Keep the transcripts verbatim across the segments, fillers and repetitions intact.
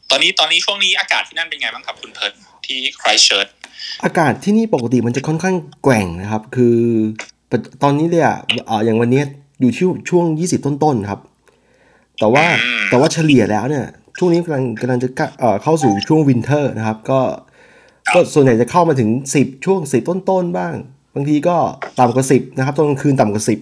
ตอนนี้ตอนนี้ช่วงนี้อากาศที่นั่นเป็นไงบ้างครับคุณเพิร์ทที่ไครสต์เชิร์ชอากาศที่นี่ปกติมันจะค่อนข้างแกว่งนะครับคือตอนนี้เลยอ่ะอย่างวันนี้อยู่ที่ช่วงยี่สิบต้นๆครับแต่ว่าแต่ว่าเฉลี่ยแล้วเนี่ยช่วงนี้กำลังกำลังจะเข้าสู่ช่วงวินเทอร์นะครับก็ก็ส่วนใหญ่จะเข้ามาถึงสิบช่วงสิบต้นๆบ้างบางทีก็ต่ำกว่าสิบนะครับตอนกลางคืนต่ำกว่าสิบ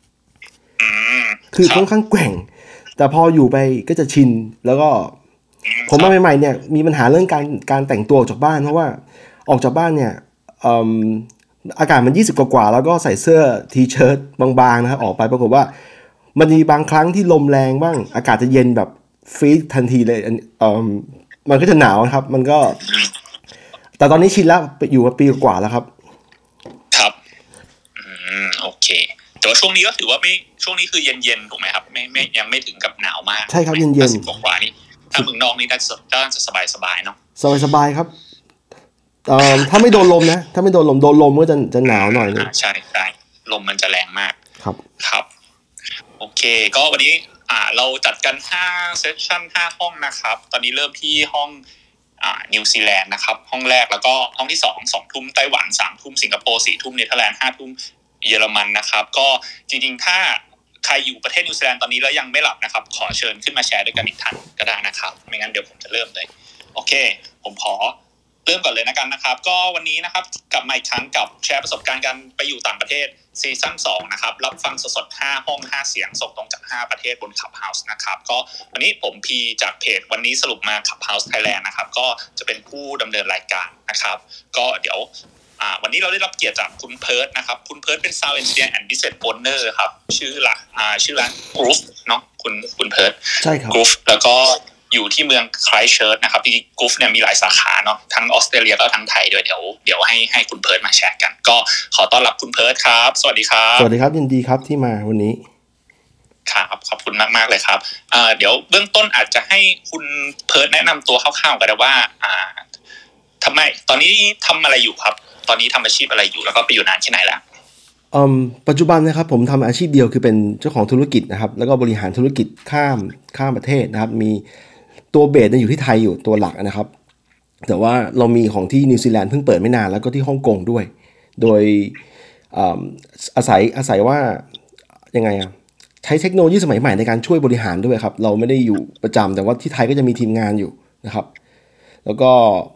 คือค่อนข้างแกว่งแต่พออยู่ไปก็จะชินแล้วก็ผมมาใหม่ๆเนี่ยมีปัญหาเรื่องการการแต่งตัวออกจากบ้านเพราะว่าออกจากบ้านเนี่ยอากาศมันยี่สิบกว่าๆแล้วก็ใส่เสื้อทีเชิ้ตบางๆนะครับออกไปปรากฏว่ามันมีบางครั้งที่ลมแรงบ้างอากาศจะเย็นแบบฟรีซทันทีเลยเอ่อมันก็จะหนาวนะครับมันก็แต่ตอนนี้ชินแล้วอยู่มาปีกว่าแล้วครับครับอืมโอเคแต่ว่าช่วงนี้ก็ถือว่าไม่ช่วงนี้คือเย็นๆถูกไหมครับไม่ไม่ยังไม่ถึงกับหนาวมากใช่ครับเย็นๆกว่าๆนี่ถ้าเมืองนอกนี่น่าจะน่าจะสบายๆเนาะสบายๆครับเอ่อถ้าไม่โดนลมนะถ้าไม่โดนลมโดนลมก็จะจะหนาวหน่อยนึงใช่ใช่ลมมันจะแรงมากครับครับโอเคก็วันนี้อ่าเราจัดกันห้าเซสชั่นห้าห้องนะครับตอนนี้เริ่มที่ห้องอ่านิวซีแลนด์นะครับห้องแรกแล้วก็ห้องที่สอง สองทุ่มไต้หวันสามทุ่มสิงคโปร์สี่ทุ่มเนเธอร์แลนด์ห้าทุ่มเยอรมันนะครับก็จริงๆถ้าใครอยู่ประเทศนิวซีแลนด์ตอนนี้แล้วยังไม่หลับนะครับขอเชิญขึ้นมาแชร์ด้วยกันอีกท่านก็ได้นะครับไม่งั้นเดี๋ยวผมจะเริ่มเลยโอเคผมขอเริ่มก่อนเลยนะกันนะครับก็วันนี้นะครับกลับมาอีกครั้งกับแชร์ประสบการณ์การไปอยู่ต่างประเทศซีซั่นสองนะครับรับฟังสดๆห้าห้องห้าเสียงส่งตรงจากห้าประเทศบน Clubhouse นะครับก็วันนี้ผมพีจากเพจวันนี้สรุปมา Clubhouse Thailand นะครับก็จะเป็นผู้ดำเนินรายการนะครับก็เดี๋ยวอ่าวันนี้เราได้รับเกียรติจากคุณเพิร์ทนะครับคุณเพิร์ทเป็น Sound Engineer and Business Owner ครับชื่อละอ่าชื่อร้าน Groove เนาะคุณคุณเพิร์ทใช่ครับ Groove แล้วก็อยู่ที่เมืองไครสต์เชิร์ชนะครับที่กรุ๊ฟเนี่ยมีหลายสาขาเนาะทั้งออสเตรเลียแล้วทั้งไทยด้วยเดี๋ยวเดี๋ยวให้ให้คุณเพิร์ทมาแชร์กันก็ขอต้อนรับคุณเพิร์ทครับสวัสดีครับสวัสดีครับยินดีครับที่มาวันนี้ครับขอบคุณมากๆเลยครับอ่าเดี๋ยวเบื้องต้นอาจจะให้คุณเพิร์ทแนะนำตัวคร่าวๆกันได้ว่าอ่าทำไมตอนนี้ทำอะไรอยู่ครับตอนนี้ทำอาชีพอะไรอยู่แล้วก็ไปอยู่นานแค่ไหนแล้วอืมปัจจุบันนะครับผมทำอาชีพเดียวคือเป็นเจ้าของธุรกิจนะครับแล้วก็บริหารธุรกิจข้ามข้ามประเทศนะครับมีตัวเบสอยู่ที่ไทยอยู่ตัวหลักนะครับแต่ว่าเรามีของที่นิวซีแลนด์เพิ่งเปิดไม่นานแล้วก็ที่ฮ่องกงด้วยโดยอาศัยอาศัยว่ายังไงอะใช้เทคโนโลยีสมัยใหม่ในการช่วยบริหารด้วยครับเราไม่ได้อยู่ประจำแต่ว่าที่ไทยก็จะมีทีมงานอยู่นะครับแล้วก็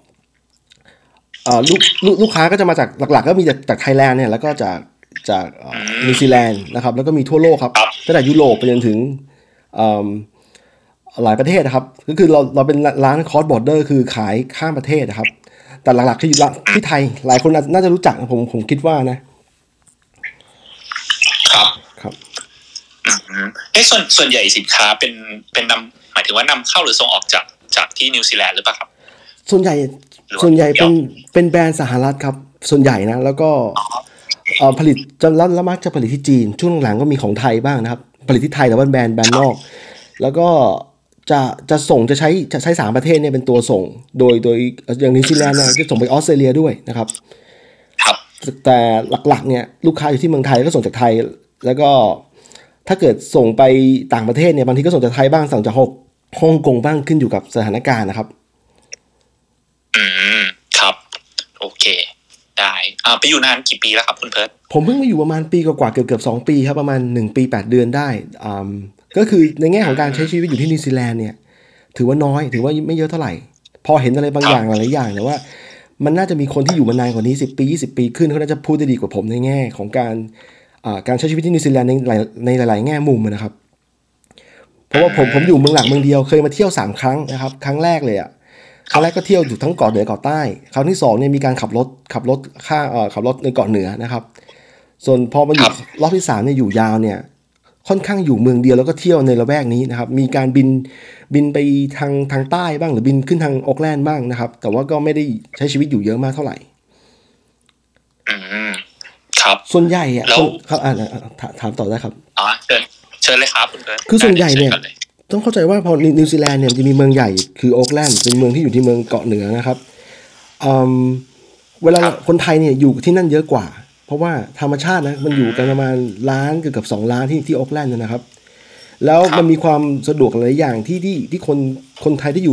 ลูกลูกค้าก็จะมาจากหลักๆก็มีจากจากไทยแลนด์เนี่ยแล้วก็จากจากนิวซีแลนด์นะครับแล้วก็มีทั่วโลกครับตั้งแต่ยุโรปไปจนถึงหลายประเทศนะครับก็คือเราเราเป็นร้านคอสบอร์เดอร์คือขายข้ามประเทศนะครับแต่หลักๆคืออยู่ที่ไทยหลายคนน่าจะรู้จักผมผมคิดว่านะครับครับเอ๊ะส่วนส่วนใหญ่สินค้าเป็นเป็นนำหมายถึงว่านำเข้าหรือส่งออกจากจากที่นิวซีแลนด์หรือเปล่าครับส่วนใหญ่ส่วนใหญ่เป็นเป็นแบรนด์สหรัฐครับส่วนใหญ่นะแล้วก็ผลิตจะแล้วแล้วมักจะผลิตที่จีนช่วงหลังก็มีของไทยบ้างนะครับผลิตที่ไทยแต่ว่าแบรนด์แบรนด์นอกแล้วก็จะจะส่งจะใช้จะใช้สามประเทศเนี่ยเป็นตัวส่งโดยโดยอย่างนิวซีแลนด์นะจะส่งไปออสเตรเลียด้วยนะครับครับแต่หลักๆเนี่ยลูกค้าอยู่ที่เมืองไทยก็ส่งจากไทยแล้วก็ถ้าเกิดส่งไปต่างประเทศเนี่ยบางทีก็ส่งจากไทยบ้างส่งจากฮ่องกงบ้างขึ้นอยู่กับสถานการณ์นะครับอืมครับโอเคได้อ่าไปอยู่นานกี่ปีแล้วครับคุณเพิร์ทผมเพิ่งมาอยู่ประมาณปีกว่าๆเกือบๆสองปีครับประมาณหนึ่งปีแปดเดือนได้อ่าก็คือในแง่ของการใช้ชีวิตอยู่ที่นิวซีแลนด์เนี่ยถือว่าน้อยถือว่าไม่เยอะเท่าไหร่พอเห็นอะไรบางอย่างหลายๆอย่างแต่ว่ามันน่าจะมีคนที่อยู่มานานกว่านี้สิบปียี่สิบปีขึ้นเขาน่าจะพูดได้ดีกว่าผมในแง่ของการอ่าการใช้ชีวิตที่นิวซีแลนด์ในหลายในหลายๆแง่มุมนะครับเพราะว่าผมผมอยู่เมืองหลักเมืองเดียวเคยมาเที่ยวสามครั้งนะครับครั้งแรกเลยอ่ะครั้งแรกก็เที่ยวอยู่ทั้งเกาะเหนือเกาะใต้ครั้งที่สองเนี่ยมีการขับรถขับรถข้าเอ่อขับรถในเกาะเหนือนะครับส่วนพอมาอยู่รอบที่สามเนี่ยอยู่ยาวเนี่ยค่อนข้างอยู่เมืองเดียวแล้วก็เที่ยวในละแวกนี้นะครับมีการบินบินไปทางทางใต้บ้างหรือบินขึ้นทางโอ๊คแลนด์บ้างนะครับแต่ว่าก็ไม่ได้ใช้ชีวิตอยู่เยอะมากเท่าไหร่อืมครับส่วนใหญ่อ่ะครับอ่าถามต่อได้ครับอ๋อเชิญเชิญเลยครับคุณเพิร์ทคือส่วนใหญ่เนี่ยต้องเข้าใจว่าพอนิวซีแลนด์เนี่ยจะมีเมืองใหญ่คือโอ๊คแลนด์เป็นเมืองที่อยู่ที่เมืองเกาะเหนือนะครับเวลาคนไทยเนี่ยอยู่ที่นั่นเยอะกว่าเพราะว่าธรรมชาตินะมันอยู่กันประมาณล้านเกือบสองล้านที่ที่โอ๊คแลนด์นะครับแล้วมันมีความสะดวกหลายอย่างที่ที่ที่คนคนไทยที่อยู่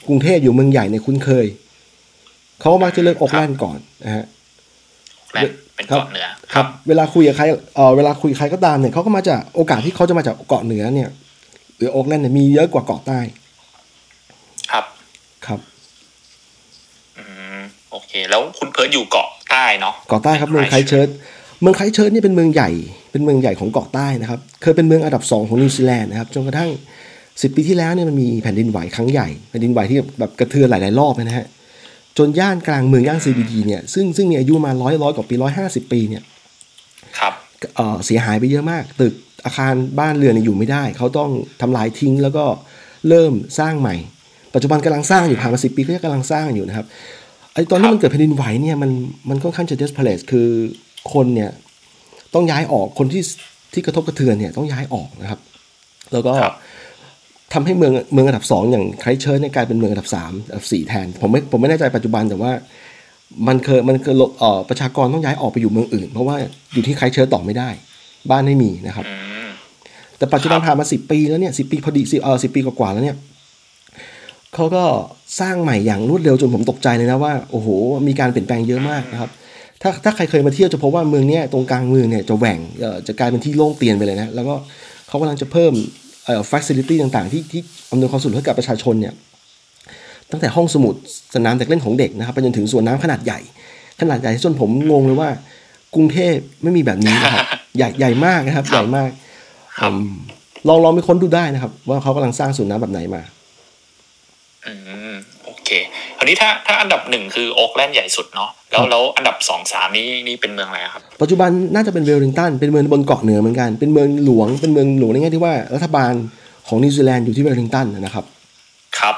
กรุงเทพอยู่เมืองใหญ่เนี่ยคุ้นเคยเขามักจะเลือกโอ๊คแลนด์ก่อนนะฮะแลนด์เป็นเกาะเหนือครับเวลาคุยกับใครเออเวลาคุยใครก็ตามเนี่ยเขาก็มาจากโอกาสที่เขาจะมาจากเกาะเหนือเนี่ยหรือโอ๊คแลนด์เนี่ยมีเยอะกว่าเกาะใต้ครับครับอืมโอเคแล้วคุณเพิร์ทอยู่เกาะใต้เนาะเกาะใต้ครับเมืองไครสต์เชิร์ชเมืองไครสต์เชิร์ชนี่เป็นเมืองใหญ่เป็นเมืองใหญ่ของเกาะใต้นะครับเคยเป็นเมืองอันดับสองของนิวซีแลนด์นะครับจนกระทั่งสิบปีที่แล้วเนี่ยมันมีแผ่นดินไหวครั้งใหญ่แผ่นดินไหวที่แบบกระเทือนหลายๆรอบนะฮะจนย่านกลางเมืองย่าน ซี บี ดี เนี่ยซึ่งซึ่งมีอายุมาร้อยร้อยกว่าปีร้อยห้าสิบปีเนี่ยครับเอ่อเสียหายไปเยอะมากตึกอาคารบ้านเรือนอยู่ไม่ได้เขาต้องทำลายทิ้งแล้วก็เริ่มสร้างใหม่ปัจจุบันกำลังสร้างอยู่ผ่านมาสิบปีก็ยังกำลังสร้างอยู่นะครับไอ้ตอนที่มันเกิดแผ่นดินไหวเนี่ยมันมันค่อนข้างจะ displace คือคนเนี่ยต้องย้ายออกคนที่ที่กระทบกระเทือนเนี่ยต้องย้ายออกนะครับแล้วก็ทำให้เมืองเมืองอันดับสองอย่างไครสต์เชิร์ชเนี่ยกลายเป็นเมืองอันดับสามอันดับสี่แทนผมไม่ผมไม่แน่ใจปัจจุบันแต่ว่ามันเคยมันเคยเอ่อประชากรต้องย้ายออกไปอยู่เมืองอื่นเพราะว่าอยู่ที่ไครสต์เชิร์ชต่อไม่ได้บ้านไม่มีนะครับแต่ปัจจุบันผ่านมาสิบปีแล้วเนี่ยสิบปีพอดีเออสิบปีกว่าๆแล้วเนี่ยเขาก็สร้างใหม่อย่างรวดเร็วจนผมตกใจเลยนะว่าโอ้โหมีการเปลี่ยนแปลงเยอะมากนะครับถ้าถ้าใครเคยมาเที่ยวจะพบว่าเมืองเนี้ยตรงกลางเมืองเนี่ยจะแหว่งเอ่อจะกลายเป็นที่โล่งเตียนไปเลยนะแล้วก็เขากำลังจะเพิ่มเอ่อ facility ต่างๆที่ที่อำนวยความสะดวกให้กับประชาชนเนี่ยตั้งแต่ห้องสมุดสนามเด็กเล่นของเด็กนะครับไปจนถึงสวนน้ำขนาดใหญ่ขนาดใหญ่จนผมงงเลยว่ากรุงเทพไม่มีแบบนี้นะครับใหญ่ใหญ่มากนะครับใหญ่มากลองลองไปค้นดูได้นะครับว่าเขากำลังสร้างสวนน้ำแบบไหนมาอืมโอเคคราวนี้ถ้าถ้าอันดับหนึ่งคือโอ๊คแลนด์ใหญ่สุดเนาะแล้วแล้วอันดับสองสามนี่นี่เป็นเมืองอะไรครับปัจจุบันน่าจะเป็นเวลลิงตันเป็นเมืองบนเกาะเหนือเหมือนกันเป็นเมืองหลวงเป็นเมืองหลวงในแง่ที่ว่ารัฐบาลของนิวซีแลนด์อยู่ที่เวลลิงตันนะครับครับ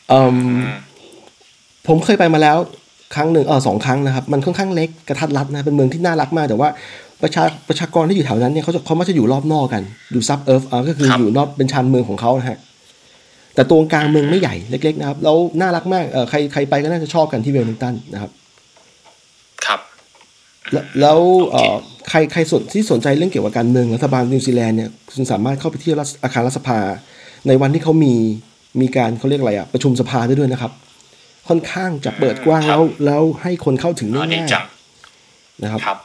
ผมเคยไปมาแล้วครั้งหนึ่งเออสองครั้งนะครับมันค่อนข้างเล็กกระทัดรัดนะเป็นเมืองที่น่ารักมากแต่ว่าประชาประชากรที่อยู่แถวนั้นเนี่ยเขาจะเขามักจะอยู่รอบนอกกันอยู่ซับเอิร์ฟอ่าก็คืออยู่นอกเป็นชานเมืองของเขานะฮะแต่ตัวกลางเมืองไม่ใหญ่เล็กๆนะครับแล้วน่ารักมากเออใครใครไปก็น่าจะชอบกันที่เวลลิงตันนะครับครับแล้วเอ่อใครใครสนที่สนใจเรื่องเกี่ยวกับการเมืองรัฐบาลนิวซีแลนด์เนี่ยคุณสามารถเข้าไปที่อาคารรัฐสภาในวันที่เขามีมีการเขาเรียกอะไรอ่ะประชุมสภาได้ด้วยนะครับค่อนข้างจะเปิดกว้างแล้วแล้วให้คนเข้าถึงง่ายๆนะครับครับ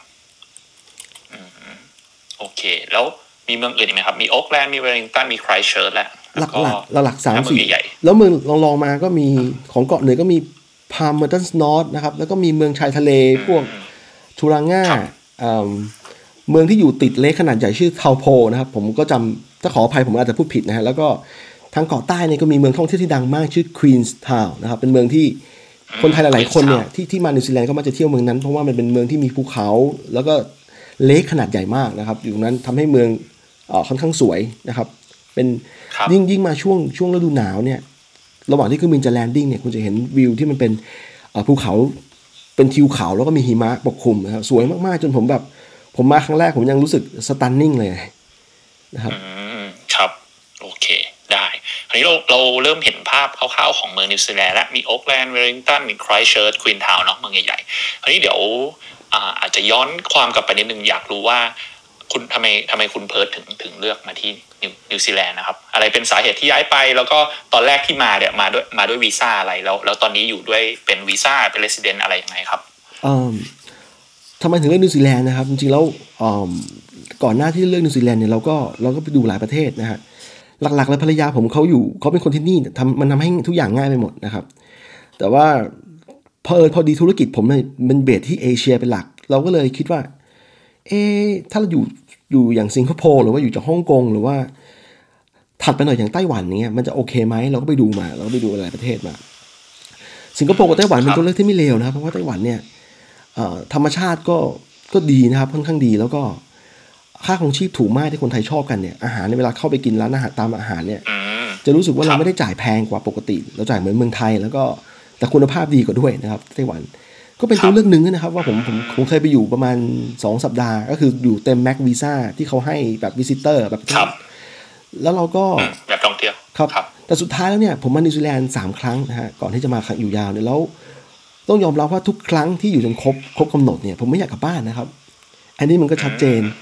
โอเคแล้วมีเมืองอื่นอีกไหมครับมีโอ๊คแลนด์มีเวลลิงตันมีไครสต์เชิร์ชแหละหลักๆหลักๆสามสี่แล้วเมืองลองๆมาก็มีของเกาะเหนือก็มีพาร์เมอร์ตันนอร์ทนะครับแล้วก็มีเมืองชายทะเลพวกทูราง่าเมืองที่อยู่ติดเลคขนาดใหญ่ชื่อเทาโพนะครับผมก็จำถ้าขออภัยผมอาจจะพูดผิดนะฮะแล้วก็ทางเกาะใต้เนี่ยก็มีเมืองท่องเที่ยวที่ดังมากชื่อควีนส์ทาวน์นะครับเป็นเมืองที่คนไทยหลายๆคนเนี่ยที่ที่มานิวซีแลนด์ก็มักจะเที่ยวเมืองนั้นเพราะว่ามันเป็นเมืองที่มีภูเขาแล้วก็เลคขนาดใหญ่มากนะครับอยู่ตรงนั้นทำให้เมืองเอ่อค่อนข้างสวยนะครับเป็นยิ่งยิ่งมาช่วงช่วงฤดูหนาวเนี่ยระหว่างที่เครื่องบินจะแลนดิ้งเนี่ยคุณจะเห็นวิวที่มันเป็นภูเขาเป็นทิวเขาแล้วก็มีหิมะปกคลุมนะครับสวยมากๆจนผมแบบผมมาครั้งแรกผมยังรู้สึกสตันนิ่งเลยนะครับครับโอเคได้คราวนี้เราเราเริ่มเห็นภาพคร่าวๆของเมืองนิวซีแลนด์และมีโอ๊คแลนด์เวลลิงตันมีไครสต์เชิร์ชควีนทาวน์เนาะเมืองใหญ่ๆคราวนี้เดี๋ยวอ่าอาจจะย้อนความกลับไปนิดนึงอยากรู้ว่าคุณทำไมทำไมคุณเพิร์ทถึงถึงเลือกมาที่นิวซีแลนด์นะครับอะไรเป็นสาเหตุที่ย้ายไปแล้วก็ตอนแรกที่มาเนี่ยมาด้วยมาด้วยวีซ่าอะไรแล้วแล้วตอนนี้อยู่ด้วยเป็นวีซ่าเป็นเรสซิเดนต์อะไรยังไงครับอืมทำไมถึงเลือกนิวซีแลนด์นะครับจริงๆแล้วก่อนหน้าที่เลือกนิวซีแลนด์เนี่ยเราก็เราก็ไปดูหลายประเทศนะฮะหลักๆแล้วภรรยาผมเขาอยู่เขาเป็นคนที่นี่ทำมันทำให้ทุกอย่างง่ายไปหมดนะครับแต่ว่าพอพอดีธุรกิจผมมันเบสที่เอเชียเป็นหลักเราก็เลยคิดว่าเอ๊ะถ้าเราอยู่อยู่อย่างสิงคโปร์หรือว่าอยู่จากฮ่องกงหรือว่าถัดไปหน่อยอย่างไต้หวันเนี้ยมันจะโอเคไหมเราก็ไปดูมาเราก็ไปดูหลายประเทศมาสิงคโปร์กับไต้หวันเป็นตัวเลือกที่ไม่เลวนะครับเพราะว่าไต้หวันเนี่ยธรรมชาติก็ก็ดีนะครับค่อนข้างดีแล้วก็ค่าครองชีพถูกมากที่คนไทยชอบกันเนี่ยอาหารในเวลาเข้าไปกินร้านอาหารตามอาหารเนี่ยจะรู้สึกว่าเราไม่ได้จ่ายแพงกว่าปกติเราจ่ายเหมือนเมืองไทยแล้วก็แต่คุณภาพดีกว่าด้วยนะครับไต้หวันก็เป็นตัวเลือกหนึ่งนะครับว่าผมผมผมเคยไปอยู่ประมาณสองสัปดาห์ก็คืออยู่เต็มแม็กวีซ่าที่เขาให้แบบวิซิเตอร์แบบแล้วเราก็แบบท่องเที่ยวครับแต่สุดท้ายแล้วเนี่ยผมมานิวซีแลนด์สามครั้งนะฮะก่อนที่จะมาอยู่ยาวเนี่ยแล้วต้องยอมรับว่าทุกครั้งที่อยู่จนครบครบกำหนดเนี่ยผมไม่อยากกลับบ้านนะครับอันนี้มันก็ชัดเจน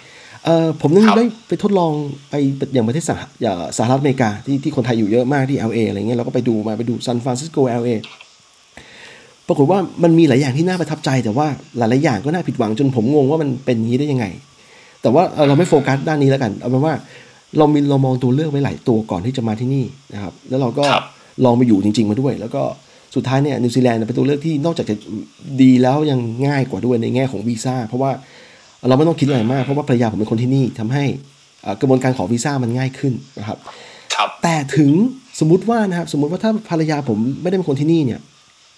เอ่อผมนึกครับได้ไปทดลองไปอย่างประเทศสหอย่างสหรัฐอเมริกาที่ที่คนไทยอยู่เยอะมากที่ แอล เอ อะไรเงี้ยเราก็ไปดูมาไปดูซานฟรานซิสโก แอล เอ ปรากฏว่ามันมีหลายอย่างที่น่าประทับใจแต่ว่าหลายๆอย่างก็น่าผิดหวังจนผมงงว่ามันเป็นอย่างนี้ได้ยังไงแต่ว่าเอ่อเราไม่โฟกัสด้านนี้แล้วกันเอาเป็นว่าเรามีเรามองตัวเลือกไว้หลายตัวก่อนที่จะมาที่นี่นะครับแล้วเราก็ครับลองไปอยู่จริงๆมาด้วยแล้วก็สุดท้ายเนี่ยนิวซีแลนด์เป็นตัวเลือกที่นอกจากจะดีแล้วยังง่ายกว่าด้วยในแง่ของวีซ่าเพราะว่าเราไม่ต้องคิดอะไรมากเพราะว่าภรรยาผมเป็นคนที่นี่ทำให้เอ่อกระบวนการขอวีซ่ามันง่ายขึ้นนะครับครับแต่ถึงสมมติว่านะครับสมมติว่าถ้าภรรยาผมไม่ได้เป็นคนที่นี่เนี่ย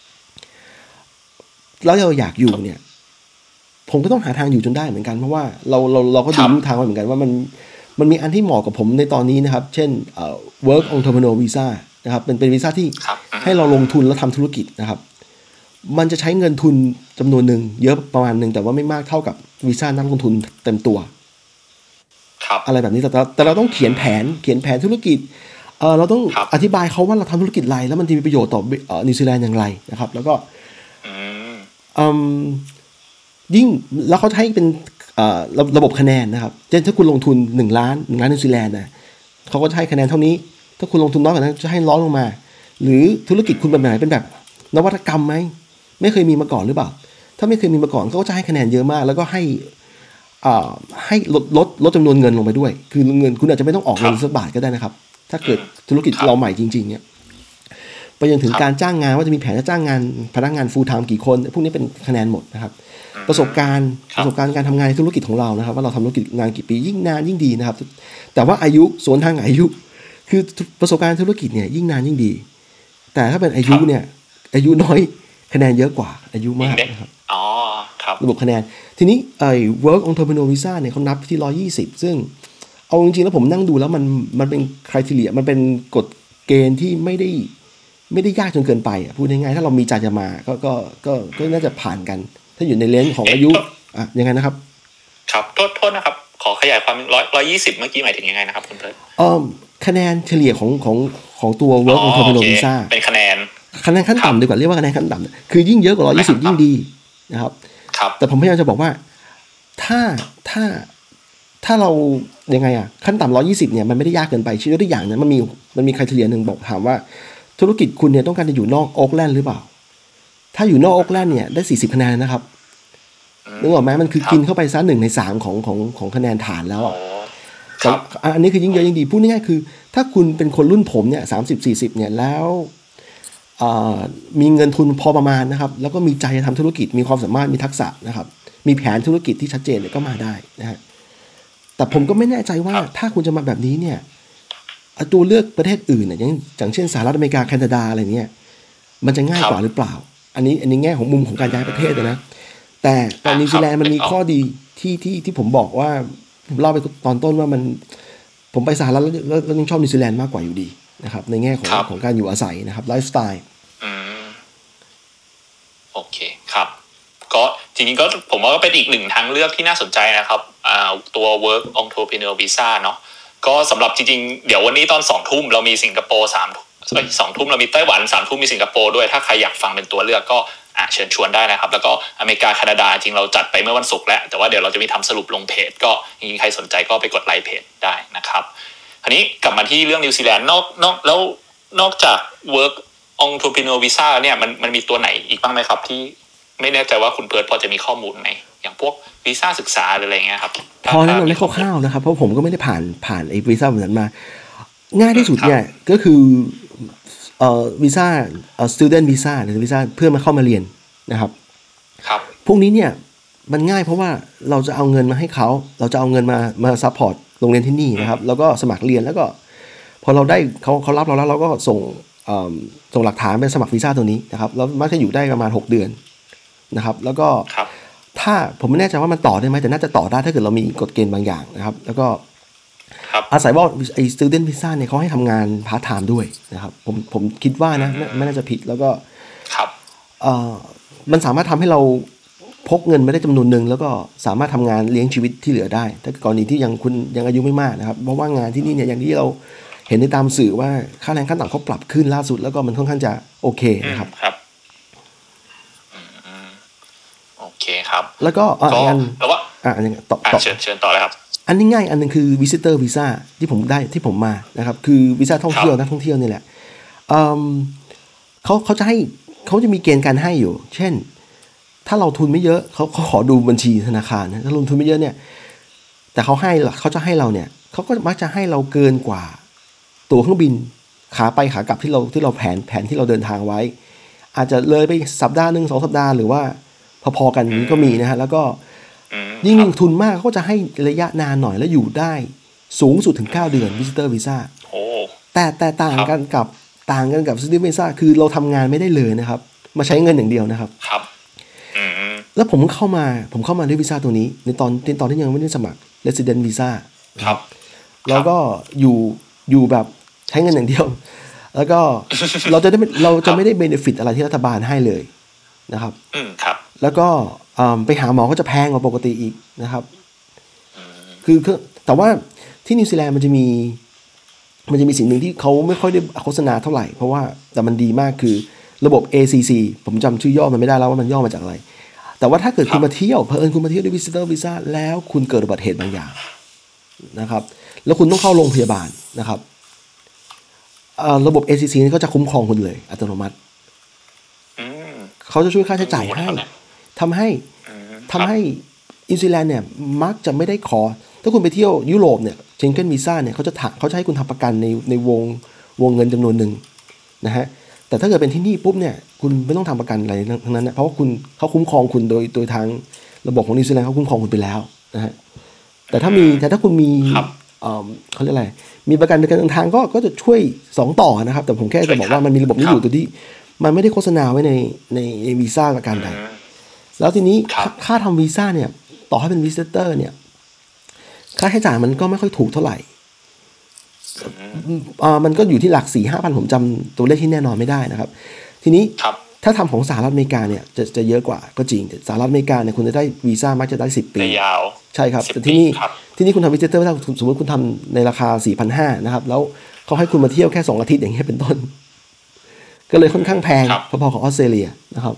แล้วเราอยากอยู่เนี่ยผมก็ต้องหาทางอยู่จนได้เหมือนกันเพราะว่าเราเราเราก็ดูรูทางไว้เหมือนกันว่ามันมันมีอันที่เหมาะกับผมในตอนนี้นะครับเช่นเอ่อ work entrepreneur visa นะครับเป็นเป็นวีซ่าที่ครับให้เราลงทุนแล้วทำธุรกิจนะครับมันจะใช้เงินทุนจำนวนหนึ่งเยอะประมาณหนึ่งแต่ว่าไม่มากเท่ากับวีซ่านักลงทุนเต็มตัวครับอะไรแบบนี้แต่แต่แต่เราต้องเขียนแผนเขียนแผนธุรกิจเออเราต้องครับอธิบายเขาว่าเราทำธุรกิจอะไรแล้วมันจะมีประโยชน์ต่อเอ่อนิวซีแลนด์อย่างไรนะครับแล้วก็อืมอืมยิ่งแล้วเขาจะให้เป็นเอ่อระระบบคะแนนนะครับเช่นถ้าคุณลงทุนหนึ่งล้านหนึ่งล้านนิวซีแลนด์นะเขาก็จะให้คะแนนเท่านี้ถ้าคุณลงทุนน้อยกว่านั้นจะให้ล้อลงมาหรือธุรกิจคุณเป็นแบบไหนเป็นแบบนวัตกรรมไหมไม่เคยมีมาก่อนหรือเปล่าถ้าไม่เคยมีมาก่อนเขาก็จะให้คะแนนเยอะมากแล้วก็ให้อ่าให้ลดลดลดจำนวนเงินลงไปด้วยคือเงินคุณอาจจะไม่ต้องออกเงินสักบาทก็ได้นะครับถ้าเกิดธุรกิจเราใหม่จริงๆเนี่ยไปจนถึงการจ้างงานว่าจะมีแผนจะจ้างงานพนักงาน full time กี่คนพวกนี้เป็นคะแนนหมดนะครับประสบการณ์ประสบการณ์การทำงานในธุรกิจของเรานะครับว่าเราทำธุรกิจนานกี่ปียิ่งนานยิ่งดีนะครับแต่ว่าอายุสวนทางอายุคือประสบการณ์ธุรกิจเนี่ยยิ่งนานยิ่งดีแต่ถ้าเป็นอายุเนี่ยอายุน้อยคะแนนเยอะกว่าอายุมากนะครับอ๋อครับระบบคะแนนทีนี้ไอ้ work entrepreneur visa เนี่ยเขานับที่หนึ่งร้อยยี่สิบซึ่งเอาจริงๆแล้วผมนั่งดูแล้วมันมันเป็น criteria มันเป็นกฎเกณฑ์ที่ไม่ได้ไม่ได้ยากจนเกินไปอ่ะพูดง่ายๆถ้าเรามีใจจะมาก็ก็ก็ก็น่าจะผ่านกันถ้าอยู่ในเลนส์ของอายุอ่ะยังไงนะครับครับโทษโทษนะครับขอขยายความร้อยร้อยยี่สิบเมื่อกี้หมายถึงยังไงนะครับคุณเพิร์ดเอ่อคะแนนเฉลี่ยของของของตัว work อ๋อ entrepreneur โอเค visa เป็นคะแนนคะแนนขั้นต่ำดีกว่าเรียกว่าคะแนนขั้นต่ำคือยิ่งเยอะกว่าหนึ่งร้อยยี่สิบยิ่งดีนะครับครับแต่ผมพยายามจะบอกว่าถ้าถ้าถ้าเรายังไงอ่ะขั้นต่ำหนึ่งร้อยยี่สิบเนี่ยมันไม่ได้ยากเกินไปชื่อตัวอย่างนะมันมีมันมี criteria หนึ่งบอกถามว่าธุรกิจคุณเนี่ยต้องการจะอยู่นอกโอ๊กแลนด์หรือเปล่าถ้าอยู่นอกโอ๊กแลนด์เนี่ยได้สี่สิบคะแนนนะครับนึกออกไหมมันคือกินเข้าไปซะหนึ่งในสามของของของคะแนนฐานแล้วอ่ะครับอันนี้คือยิ่งเยอะยิ่งดีพูดง่ายๆคือถ้าคุณเป็นคนรุ่นผมเนี่ยสามสิบสี่สิบเนี่ยแล้วมีเงินทุนพอประมาณนะครับแล้วก็มีใจจะทำธุรกิจมีความสามารถมีทักษะนะครับมีแผนธุรกิจที่ชัดเจนเนี่ยก็มาได้นะฮะแต่ผมก็ไม่แน่ใจว่าถ้าคุณจะมาแบบนี้เนี่ยตัวเลือกประเทศอื่นเนี่ยอย่างอย่างเช่นสหรัฐอเมริกาแคนาดาอะไรเนี่ยมันจะง่ายกว่าหรือเปล่าอันนี้อันนี้แง่ของมุมของการย้ายประเทศนะแต่แต่นิวซีแลนด์มันมีข้อดีที่ที่ที่ผมบอกว่าผมเล่าไปตอนต้นว่ามันผมไปสหรัฐแล้วแล้วยังชอบนิวซีแลนด์มากกว่าอยู่ดีนะครับในแง่ของของการอยู่อาศัยนะครับไลฟ์สไตล์อืมโอเคครับก็จริงๆก็ผมว่าก็เป็นอีกหนึ่งทางเลือกที่น่าสนใจนะครับอ่าตัว work entrepreneur visa เนาะก็สำหรับจริงๆเดี๋ยววันนี้ตอนสองทุ่มเรามีสิงคโปร์สามเอ้ยสองทุ่มเรามีไต้หวันสามทุ่มมีสิงคโปร์ด้วยถ้าใครอยากฟังเป็นตัวเลือกก็อ่ะเชิญชวนได้นะครับแล้วก็อเมริกาแคนาดาจริงเราจัดไปเมื่อวันศุกร์แล้วแต่ว่าเดี๋ยวเราจะมีทำสรุปลงเพจก็จริงๆใครสนใจก็ไปกดไลค์เพจได้นะครับทีนี้กลับมาที่เรื่องนิวซีแลนด์นอกนอกแล้วนอกจาก work entrepreneur visa เนี่ยมันมันมีตัวไหนอีกบ้างไหมครับที่ไม่แน่ใจว่าคุณเพิร์ดพอจะมีข้อมูลไหมอย่างพวกวีซ่าศึกษาหรืออะไรเงี้ยครับพอแนะนำได้คร่าวๆนะครับเพราะผมก็ไม่ได้ผ่านผ่านไอ้วีซ่าแบบนั้นมาง่ายที่สุดเนี่ยก็คือเอ่อวีซ่าเอ่อ student visa หรือวีซ่าเพื่อมาเข้ามาเรียนนะครับครับพวกนี้เนี่ยมันง่ายเพราะว่าเราจะเอาเงินมาให้เขาเราจะเอาเงินมามาซัพพอร์ตโรงเรียนที่นี่นะครับแล้วก็สมัครเรียนแล้วก็พอเราได้เขาเขารับเราแล้วเราก็ส่งเอ่อส่งหลักฐานเป็นสมัครวีซ่าตัวนี้นะครับแล้วมักจะอยู่ได้ประมาณหกเดือนนะครับแล้วก็ถ้าผมไม่แน่ใจว่ามันต่อได้ไหมแต่น่าจะต่อได้ถ้าเกิดเรามีกฎเกณฑ์บางอย่างนะครับแล้วก็อาศัยว่าไอ้ student visa เนี่ยเขาให้ทำงานพาร์ทไทม์ด้วยนะครับผมผมคิดว่านะไม่น่าจะผิดแล้วก็เอ่อมันสามารถทำให้เราพกเงินไม่ได้จำนวนหนึ่งแล้วก็สามารถทำงานเลี้ยงชีวิตที่เหลือได้ถ้ากรณีที่ยังคุณยังอายุไม่มากนะครับเพราะว่างานที่นี่เนี่ยอย่างที่เราเห็นในตามสื่อว่าค่าแรงขั้นต่ำเขาปรับขึ้นล่าสุดแล้วก็มันค่อนข้างจะโอเคนะครับโอเคครับแล้วก็อ่างั้นแล้วว่าอ่าต่อต่อเชิญเชิญต่อเลยครับอันนี้ง่ายอันนึงคือ visitor visa ที่ผมได้ที่ผมมานะครับคือวีซ่าท่องเที่ยวนักท่องเที่ยวนี่แหละเอ่อเขาเขาจะให้เขาจะมีเกณฑ์การให้อยู่เช่นถ้าเราทุนไม่เยอะเขาเขาขอดูบัญชีธนาคารนะถ้าลงทุนไม่เยอะเนี่ยแต่เขาให้เขาจะให้เราเนี่ยเขาก็มักจะให้เราเกินกว่าตั๋วเครื่องบินขาไปขากลับที่เราที่เราแผนแผนที่เราเดินทางไว้อาจจะเลยไปสัปดาห์นึงสองสัปดาห์หรือว่าพอๆกันนี้ก็มีนะฮะแล้วก็ยิ่งลงทุนมากเขาจะให้ระยะนานหน่อยแล้วอยู่ได้สูงสุดถึงเก้าเดือน visitor visa โอ้แต่แต่ต่างกันกับต่างกันกับ visitor visa คือเราทำงานไม่ได้เลยนะครับมาใช้เงินอย่างเดียวนะครับครับแล้วผมเข้ามาผมเข้ามาด้วยวีซ่าตัวนี้ในตอนในตอนที่ยังไม่ได้สมัคร resident visa ครับแล้วก็อยู่อยู่แบบใช้เงินอย่างเดียวแล้วก็เราจะได้เราจะไม่ได้เบเนฟิตอะไรที่รัฐบาลให้เลยนะครับอืมครับแล้วก็ไปหาหมอก็จะแพงกว่าปกติอีกนะครับคือคือแต่ว่าที่นิวซีแลนด์มันจะมีมันจะมีสิ่งหนึ่งที่เขาไม่ค่อยได้โฆษณาเท่าไหร่เพราะว่าแต่มันดีมากคือระบบ เอ ซี ซี ผมจำชื่อย่อมันไม่ได้แล้วว่ามันย่อมาจากอะไรแต่ว่าถ้าเกิดคุณมาเที่ยวเผอิญคุณมาเที่ยวด้วย visitor visa แล้วคุณเกิดอุบัติเหตุบางอย่างนะครับแล้วคุณต้องเข้าโรงพยาบาลนะครับระบบ เอ ซี ซี นี่ก็จะคุ้มครองคุณเลยอัตโนมัติเขาจะช่วยค่าใช้จ่ายให้ทำให้ทำให้นิวซีแลนด์เนี่ยมักจะไม่ได้ขอถ้าคุณไปเที่ยวยุโรปเนี่ยเชงเก้นวีซ่าเนี่ยเขาจะถักเขาจะให้คุณทำประกันในในวงวงเงินจำนวนหนึ่งนะฮะแต่ถ้าเกิดเป็นที่นี่ปุ๊บเนี่ยคุณไม่ต้องทำประกันอะไรทั้งนั้นนะเพราะว่าคุณเขาคุ้มครองคุณโดยโดยทางระบบของนิวซีแลนด์เขาคุ้มครองคุณไปแล้วนะฮะแต่ถ้ามีแต่ถ้าคุณมีเขาเรียกอะไรมีประกันในการเดินทางก็ก็จะช่วยสองต่อนะครับแต่ผมแค่จะบอกว่ามันมีระบบนี้อยู่ตัวที่มันไม่ได้โฆษณาไว้ในในในวีซ่าประกันใดแล้วทีนี้ค่าทำวีซ่าเนี่ยต่อให้เป็นวิสิเตอร์เนี่ยค่าใช้จ่ายมันก็ไม่ค่อยถูกเท่าไหร่อ่ามันก็อยู่ที่หลัก สี่ห้าพัน ผมจำตัวเลขที่แน่นอนไม่ได้นะครับทีนี้ถ้าทำของสหรัฐอเมริกาเนี่ยจะจะเยอะกว่าก็จริงสหรัฐอเมริกาเนี่ยคุณจะได้วีซ่ามักจะได้สิบปียาวใช่ครับแต่ที่นี่ที่นี่คุณทำวิสิเตอร์ถ้าสมมติคุณทำในราคา สี่พันห้าร้อย นะครับแล้วเขาให้คุณมาเที่ยวแค่สองอาทิตย์อย่างเงี้ยเป็นต้นก็เลยค่อนข้างแพงพอๆกับออสเตรเลียนะครับ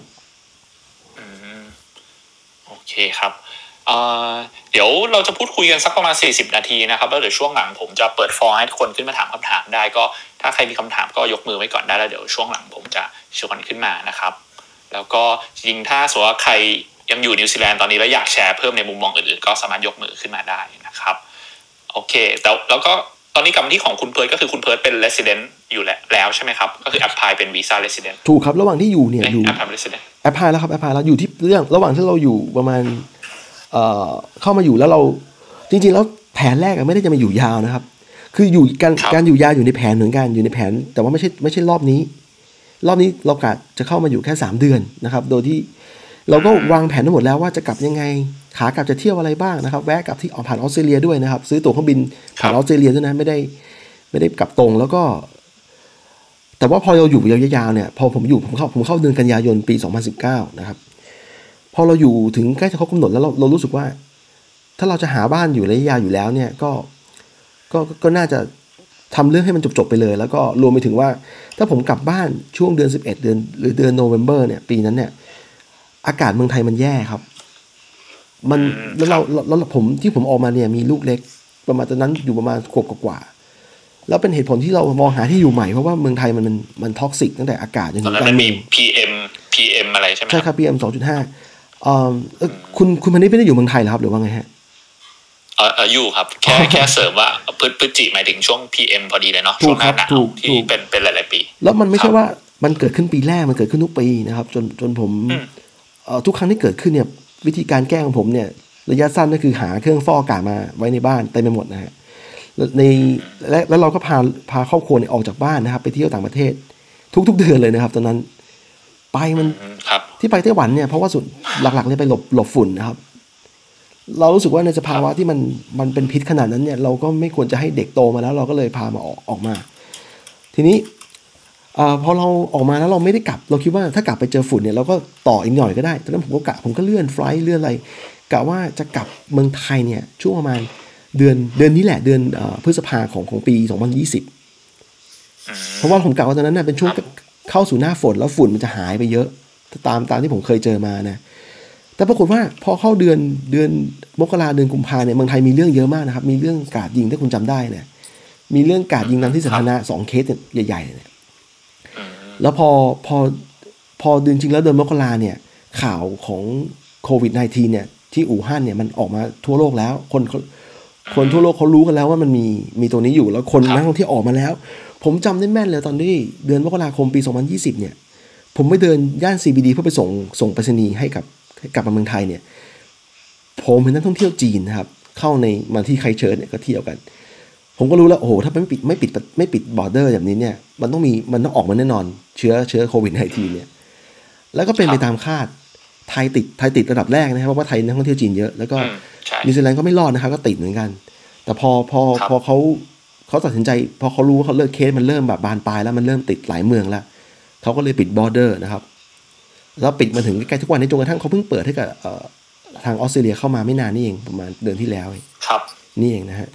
โอเคครับเดี๋ยวเราจะพูดคุยกันสักประมาณสี่สิบนาทีนะครับแล้วเดี๋ยวช่วงหลังผมจะเปิดฟอร์ให้ทุกคนขึ้นมาถามคำถามได้ก็ถ้าใครมีคำถามก็ยกมือไว้ก่อนได้แล้วเดี๋ยวช่วงหลังผมจะชวนขึ้นมานะครับแล้วก็จริงถ้าสมมติว่าใครยังอยู่นิวซีแลนด์ตอนนี้แล้วอยากแชร์เพิ่มในมุมมองอื่นๆก็สามารถยกมือขึ้นมาได้นะครับโอเคแต่แล้วก็ตอนนี้กลับมาที่ของคุณเพิร์ทก็คือคุณเพิร์ทเป็น resident อยู่แล้วใช่ไหไหมครับก็คือ apply เป็น visa resident ถูกครับระหว่างที่อยู่เนี่ยอยู่ apply resident apply แล้วครับ apply แล้วอยู่ที่เรื่องระหว่างที่เราอยู่ประมาณเอ่อเข้ามาอยู่แล้วเราจริงๆแล้วแผนแรกไม่ได้จะมาอยู่ยาวนะครับคืออยู่การการอยู่ยาวอยู่ในแผนเหมือนกันอยู่ในแผนแต่ว่าไม่ใช่ไม่ใช่รอบนี้รอบนี้เรากะจะเข้ามาอยู่แค่สามเดือนนะครับโดยที่เราก็วางแผนทั้งหมดแล้วว่าจะกลับยังไงขากลับจะเที่ยวอะไรบ้างนะครับแวะกลับที่ออกผ่านออสเตรเลียด้วยนะครับซื้อตั๋วเครื่องบินผ่านออสเตรเลียด้วยนะไม่ได้ไม่ได้กลับตรงแล้วก็แต่ว่าพอเราอยู่ยาวๆเนี่ยพอผมอยู่ผมเข้าผมเข้าเดือนกันยายนปีสองพันสิบเก้านะครับพอเราอยู่ถึงใกล้จะครบกำหนดแล้วเราเรารู้สึกว่าถ้าเราจะหาบ้านอยู่ระยะยาวอยู่แล้วเนี่ยก็ก็ก็น่าจะทำเรื่องให้มันจบๆไปเลยแล้วก็รวมไปถึงว่าถ้าผมกลับบ้านช่วงเดือนสิบเอ็ดเดือนหรือเดือนโนเวมเบอร์เนี่ยปีนั้นเนี่ยอากาศเมืองไทยมันแย่ครับมันแล้วเราแล้วผมที่ผมออกมาเนี่ยมีลูกเล็กประมาณตอนนั้นอยู่ประมาณขวบกว่าแล้วเป็นเหตุผลที่เรามองหาที่อยู่ใหม่เพราะว่าเมืองไทยมันมันมันท็อกซิกตั้งแต่อากาศจนถึงการมี พี เอ็ม พี เอ็ม อะไรใช่ไหมใช่ครับ พี เอ็ม สองจุดห้า เอ่อคุณคุณพันธุ์ไม่ได้อยู่เมืองไทยเหรอครับหรือว่าไงฮะเอออยู่ครับแค่แค่เสริมว่าพฤศจิหมายถึงช่วง พี เอ็ม พอดีเลยเนาะช่วงหน้าหนาวที่เป็นเป็นหลายๆปีแล้วมันไม่ใช่ว่ามันเกิดขึ้นปีแรกมันเกิดขึ้นทุกปีนะครับจนจนผมเอ่อทุกครั้งที่เกิดขึ้นเนี่ยวิธีการแก้ของผมเนี่ยระยะสั้นก็คือหาเครื่องฟอกอากาศมาไว้ในบ้านเต็มไปหมดนะฮะในและแล้วเราก็พาพาครอบครัวเนี่ยออกจากบ้านนะครับไปเที่ยวต่างประเทศทุกๆเดือนเลยนะครับตอนนั้นไปมันที่ไปไต้หวันเนี่ยเพราะว่าสุดหลักๆเลยไปหลบหลบฝุ่นนะครับเรารู้สึกว่าในสภาวะที่มันมันเป็นพิษขนาดนั้นเนี่ยเราก็ไม่ควรจะให้เด็กโตมาแล้วเราก็เลยพามาออกออกมาทีนี้อ่าพอเราออกมาแล้วเราไม่ได้กลับเราคิดว่าถ้ากลับไปเจอฝุ่นเนี่ยเราก็ต่ออีกหน่อยก็ได้ตอนนั้นผมก็กะผมก็เลื่อนไฟล์เลื่อนอะไรกะว่าจะกลับเมืองไทยเนี่ยช่วงประมาณเดือนเดือนนี้แหละเดือนเอ่อพฤษภาของของปีสองพันยี่สิบเพราะว่าผมกะว่าตอนนั้นน่ะเป็นช่วงเข้าสู่หน้าฝนแล้วฝุ่นมันจะหายไปเยอะตามตามที่ผมเคยเจอมานะแต่ปรากฏว่าพอเข้าเดือนเดือนมกราเดือนกุมภาเนี่ยเมืองไทยมีเรื่องเยอะมากนะครับมีเรื่องกราดยิงถ้าคุณจำได้เนี่ยมีเรื่องกราดยิงตามที่สาธารณะสองเคสใหญ่ๆเนี่ยแล้วพอพอพอจริงๆแล้วเดือนมกราเนี่ยข่าวของโควิด สิบเก้า เนี่ยที่อู่ฮั่นเนี่ยมันออกมาทั่วโลกแล้วคนคนทั่วโลกเขารู้กันแล้วว่ามันมีมีตัวนี้อยู่แล้วคนนักท่องเที่ยวออกมาแล้วผมจำได้แม่นเลยตอนที่เดือนมกราคมปีสองพันยี่สิบเนี่ยผมไปเดินย่าน ซี บี ดี เพื่อไปส่งส่งไปรษณีย์ให้กับกลับมาเมืองไทยเนี่ยผมเห็นนักท่องเที่ยวจีนนะครับเข้าในมาที่ไคเชิร์เนี่ยก็เที่ยวกันผมก็รู้แล้วโอ้โหถ้าไม่ปิดไม่ปิดไม่ปิดบอร์เดอร์แบบนี้เนี่ยมันต้องมีมันต้องออกมาแน่นอนเชื้อเชื้อโควิด สิบเก้า เนี่ยแล้วก็เป็นไปตามคาดไทยติดไทยติดระดับแรกนะครับเพราะว่าไทยนักท่องเที่ยวจีนเยอะแล้วก็นิวซีแลนด์ก็ไม่รอดนะครับก็ติดเหมือนกันแต่พอพอพอเขาเขาตัดสินใจพอเขารู้ว่าเขาเลิกเคสมันเริ่มแบบบานปลายแล้วมันเริ่มติดหลายเมืองแล้วเขาก็เลยปิดบอร์เดอร์นะครับแล้วปิดมาถึงใกล้ทุกวันนี้จนกระทั่งเขาเพิ่งเปิดให้กับทางออสเตรเลียเข้ามาไม่นานนี่เองประมาณเดือนที่แล้วครับนี่เองนะฮะ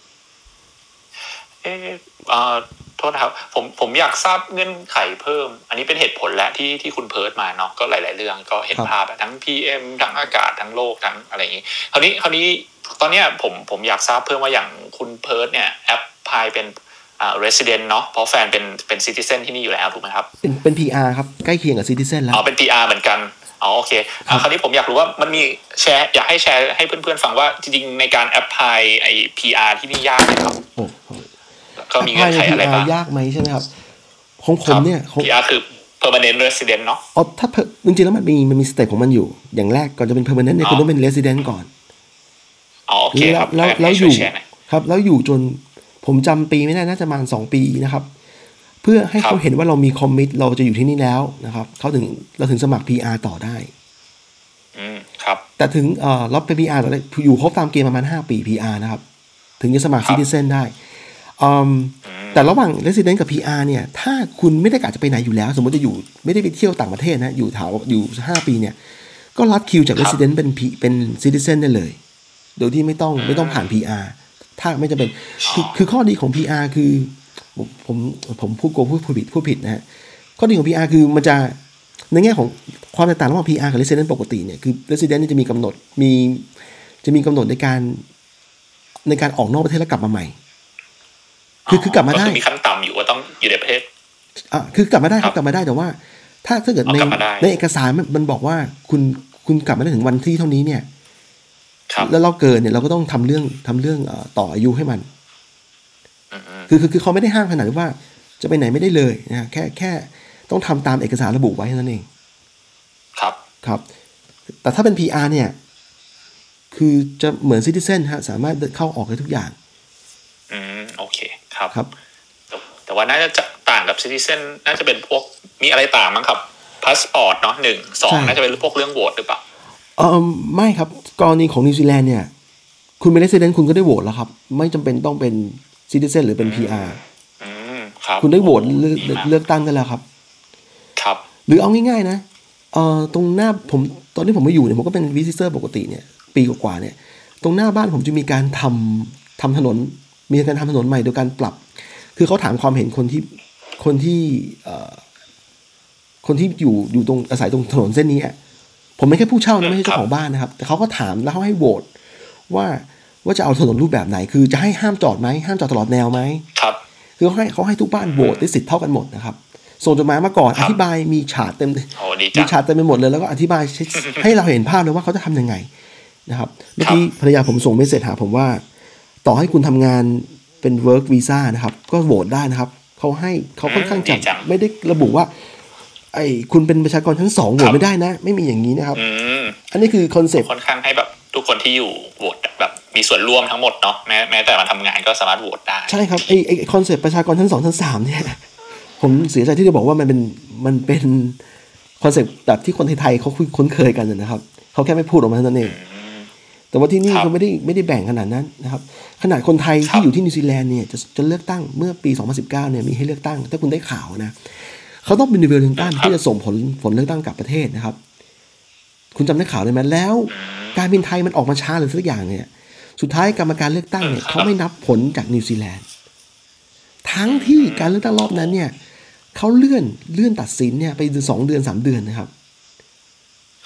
เออเอ่อโทษนะครับผมผมอยากทราบเงื่อนไขเพิ่มอันนี้เป็นเหตุผลและที่ที่คุณเพิร์ทมาเนาะก็หลายๆเรื่องก็เห็นภาพทั้ง พี เอ็ม ทั้งอากาศทั้งโลกทั้งอะไรอย่างนี้คราวนี้คราวนี้ตอนเนี้ยผมผมอยากทราบเพิ่มว่าอย่างคุณเพิร์ทเนี่ยแอปพลายเป็นอ่า resident เนาะเพราะแฟนเป็นเป็น citizen ที่นี่อยู่แล้วถูกไหมครับเป็นเป็น พี อาร์ ครับใกล้เคียงกับ citizen แล้วอ๋อเป็น พี อาร์ เหมือนกันอ๋อโอเคอ่าคราวนี้ผมอยากรู้ว่ามันมีแชร์อยากให้แชร์ให้เพื่อนๆฟังว่าจริงๆในการแอปพลายไอ้ พี อาร์ ที่นี่ยากไหมครับโอ้ก็มีเงื่อนไขอะไรบ้างยากไหมใช่ไหมครับของผมเนี่ยพี อาร์ คือ permanent resident เนาะอ๋อถ้าจริงๆแล้วมันมีมันมีสเต็ปของมันอยู่อย่างแรกก่อนจะเป็น permanent เนี่ยคุณต้องเป็น resident ก่อนอ๋อโอเคครับแล้วแล้วอยู่ครับแล้วอยู่จนผมจำปีไม่ได้น่าจะประมาณสองปีนะครับเพื่อให้เขาเห็นว่าเรามีคอมมิตเราจะอยู่ที่นี่แล้วนะครับเขาถึงเราถึงสมัคร พี อาร์ ต่อได้อืมครับแต่ถึงเอ่อเราเป็น พี อาร์ ต่อได้อยู่ครบตามเกณฑ์ประมาณห้าปี พี อาร์ นะครับถึงจะสมัคร citizen ได้อืมแต่ระหว่าง resident กับ พี อาร์ เนี่ยถ้าคุณไม่ได้กะจะไปไหนอยู่แล้วสมมติจะอยู่ไม่ได้ไปเที่ยวต่างประเทศนะอยู่แถวอยู่ห้าปีเนี่ยก็รัดคิวจาก resident เป็น P เป็น citizen ได้เลยโดยที่ไม่ต้องไม่ต้องผ่าน พี อาร์ ถ้าไม่จำเป็นคือคือข้อดีของ พี อาร์ คือผมผมผมพูดโกพูดผิดพูดผิดนะฮะข้อดีของ พี อาร์ คือมันจะในแง่ของความแตกต่างระหว่าง พี อาร์ กับ resident ปกติเนี่ยคือ resident จะมีกำหนดมีจะมีกำหนดในการในการออกนอกประเทศแล้วกลับมาใหม่คือคือกลับมาได้มีขั้นต่ำอยู่ว่าต้องอยู่ในประเทศอ่ะคือกลับมาได้ครับกลับมาได้แต่ว่าถ้าถ้าเกิดในในเอกสารมันบอกว่าคุณคุณกลับมาได้ถึงวันที่เท่านี้เนี่ยแล้วเราเกินเนี่ยเราก็ต้องทำเรื่องทำเรื่องต่ออายุให้มันคือคือคือเขาไม่ได้ห้ามขนาดว่าจะไปไหนไม่ได้เลยนะแค่แค่ต้องทำตามเอกสารระบุไว้เท่านั้นเองครับครับแต่ถ้าเป็น พี อาร์ เนี่ยคือจะเหมือน Citizen ฮะสามารถเข้าออกได้ทุกอย่างอืมโอเคครับครับแต่ว่าน่าจะต่างกับ Citizen น่าจะเป็นพวกมีอะไรต่างมั้งครับพาสปอร์ตเนาะหนึ่งสองน่าจะเป็นพวกเรื่องโหวตหรือเปล่าเออไม่ครับกรณีของนิวซีแลนด์เนี่ยคุณเป็น resident คุณก็ได้โหวตแล้วครับไม่จำเป็นต้องเป็น citizen หรือเป็น พี อาร์อืมครับคุณได้โหวตเลือกเลือกตั้งได้แล้วครับครับหรือเอาง่ายๆนะเอ่อตรงหน้าผมตอนที่ผมมาอยู่เนี่ยผมก็เป็น visitor ปกติเนี่ยปีกว่าๆเนี่ยตรงหน้าบ้านผมจะมีการทำทำถนนมีการทำถนนใหม่โดยการปรับคือเขาถามความเห็นคนที่คนที่เอ่อคนที่อยู่อยู่ตรงอาศัยตรงถนนเส้นนี้อ่ะผมไม่แค่ผู้เช่านะไม่ใช่เจ้าของบ้านนะครับแต่เขาก็ถามแล้วเขาให้โหวตว่าว่าจะเอาถนนรูปแบบไหนคือจะให้ห้ามจอดไหมห้ามจอดตลอดแนวไหมครับคือเขาให้เขาให้ทุกบ้านโหวตได้สิทธิ์เท่ากันหมดนะครับส่งจดหมายมาก่อนอธิบายมีฉากเต็มมีฉากเต็มไปหมดเลยแล้วก็อธิบายให้เราเห็นภาพเลยว่าเขาจะทำยังไงนะครับเมื่อกี้ภรรยาผมส่งเมสเสจหาผมว่าต่อให้คุณทำงานเป็น work visa นะครับก็โหวตได้นะครับเขาให้เขาค่อนข้างจัดไม่ได้ระบุว่าไอ้คุณเป็นประชากรชั้นสองโหวตไม่ได้นะไม่มีอย่างนี้นะครับอันนี้คือคอนเซ็ปต์ค่อนข้างให้แบบทุกคนที่อยู่โหวตแบบมีส่วนร่วมทั้งหมดเนาะแม้แม้แต่มาทำงานก็สามารถโหวตได้ใช่ครับไอ้ไอ้คอนเซ็ปต์ประชากรชั้นสองชั้นสามเนี่ยผมเสียใจที่จะบอกว่ามันเป็นมันเป็นคอนเซ็ปต์แบบที่คนไทยๆเขาคุ้นเคยกันนะครับเขาแค่ไม่พูดออกมาเท่านั้นเองแต่ว่าที่นี่เขาไม่ได้ไม่ได้แบ่งขนาดนั้นนะครับขนาดคนไทยที่อยู่ที่นิวซีแลนด์เนี่ยจะจะเลือกตั้งเมื่อปีสองพันสิบเก้าเนี่ยมีให้เลือกตั้งถ้าคุณได้ข่าวนะเขาต้องเป็นนิวเวลลิงตันที่จะส่งผลผลเลือกตั้งกลับประเทศนะครับคุณจำได้ข่าวได้ไหมแล้วการบินไทยมันออกมาช้าหรือสักอย่างเนี่ยสุดท้ายกรรมการเลือกตั้งเนี่ยเขาไม่นับผลจากนิวซีแลนด์ทั้งที่การเลือกตั้งรอบนั้นเนี่ยเขาเลื่อนเลื่อนตัดสินเนี่ยไปสองเดือนสามเดือนนะครับครับ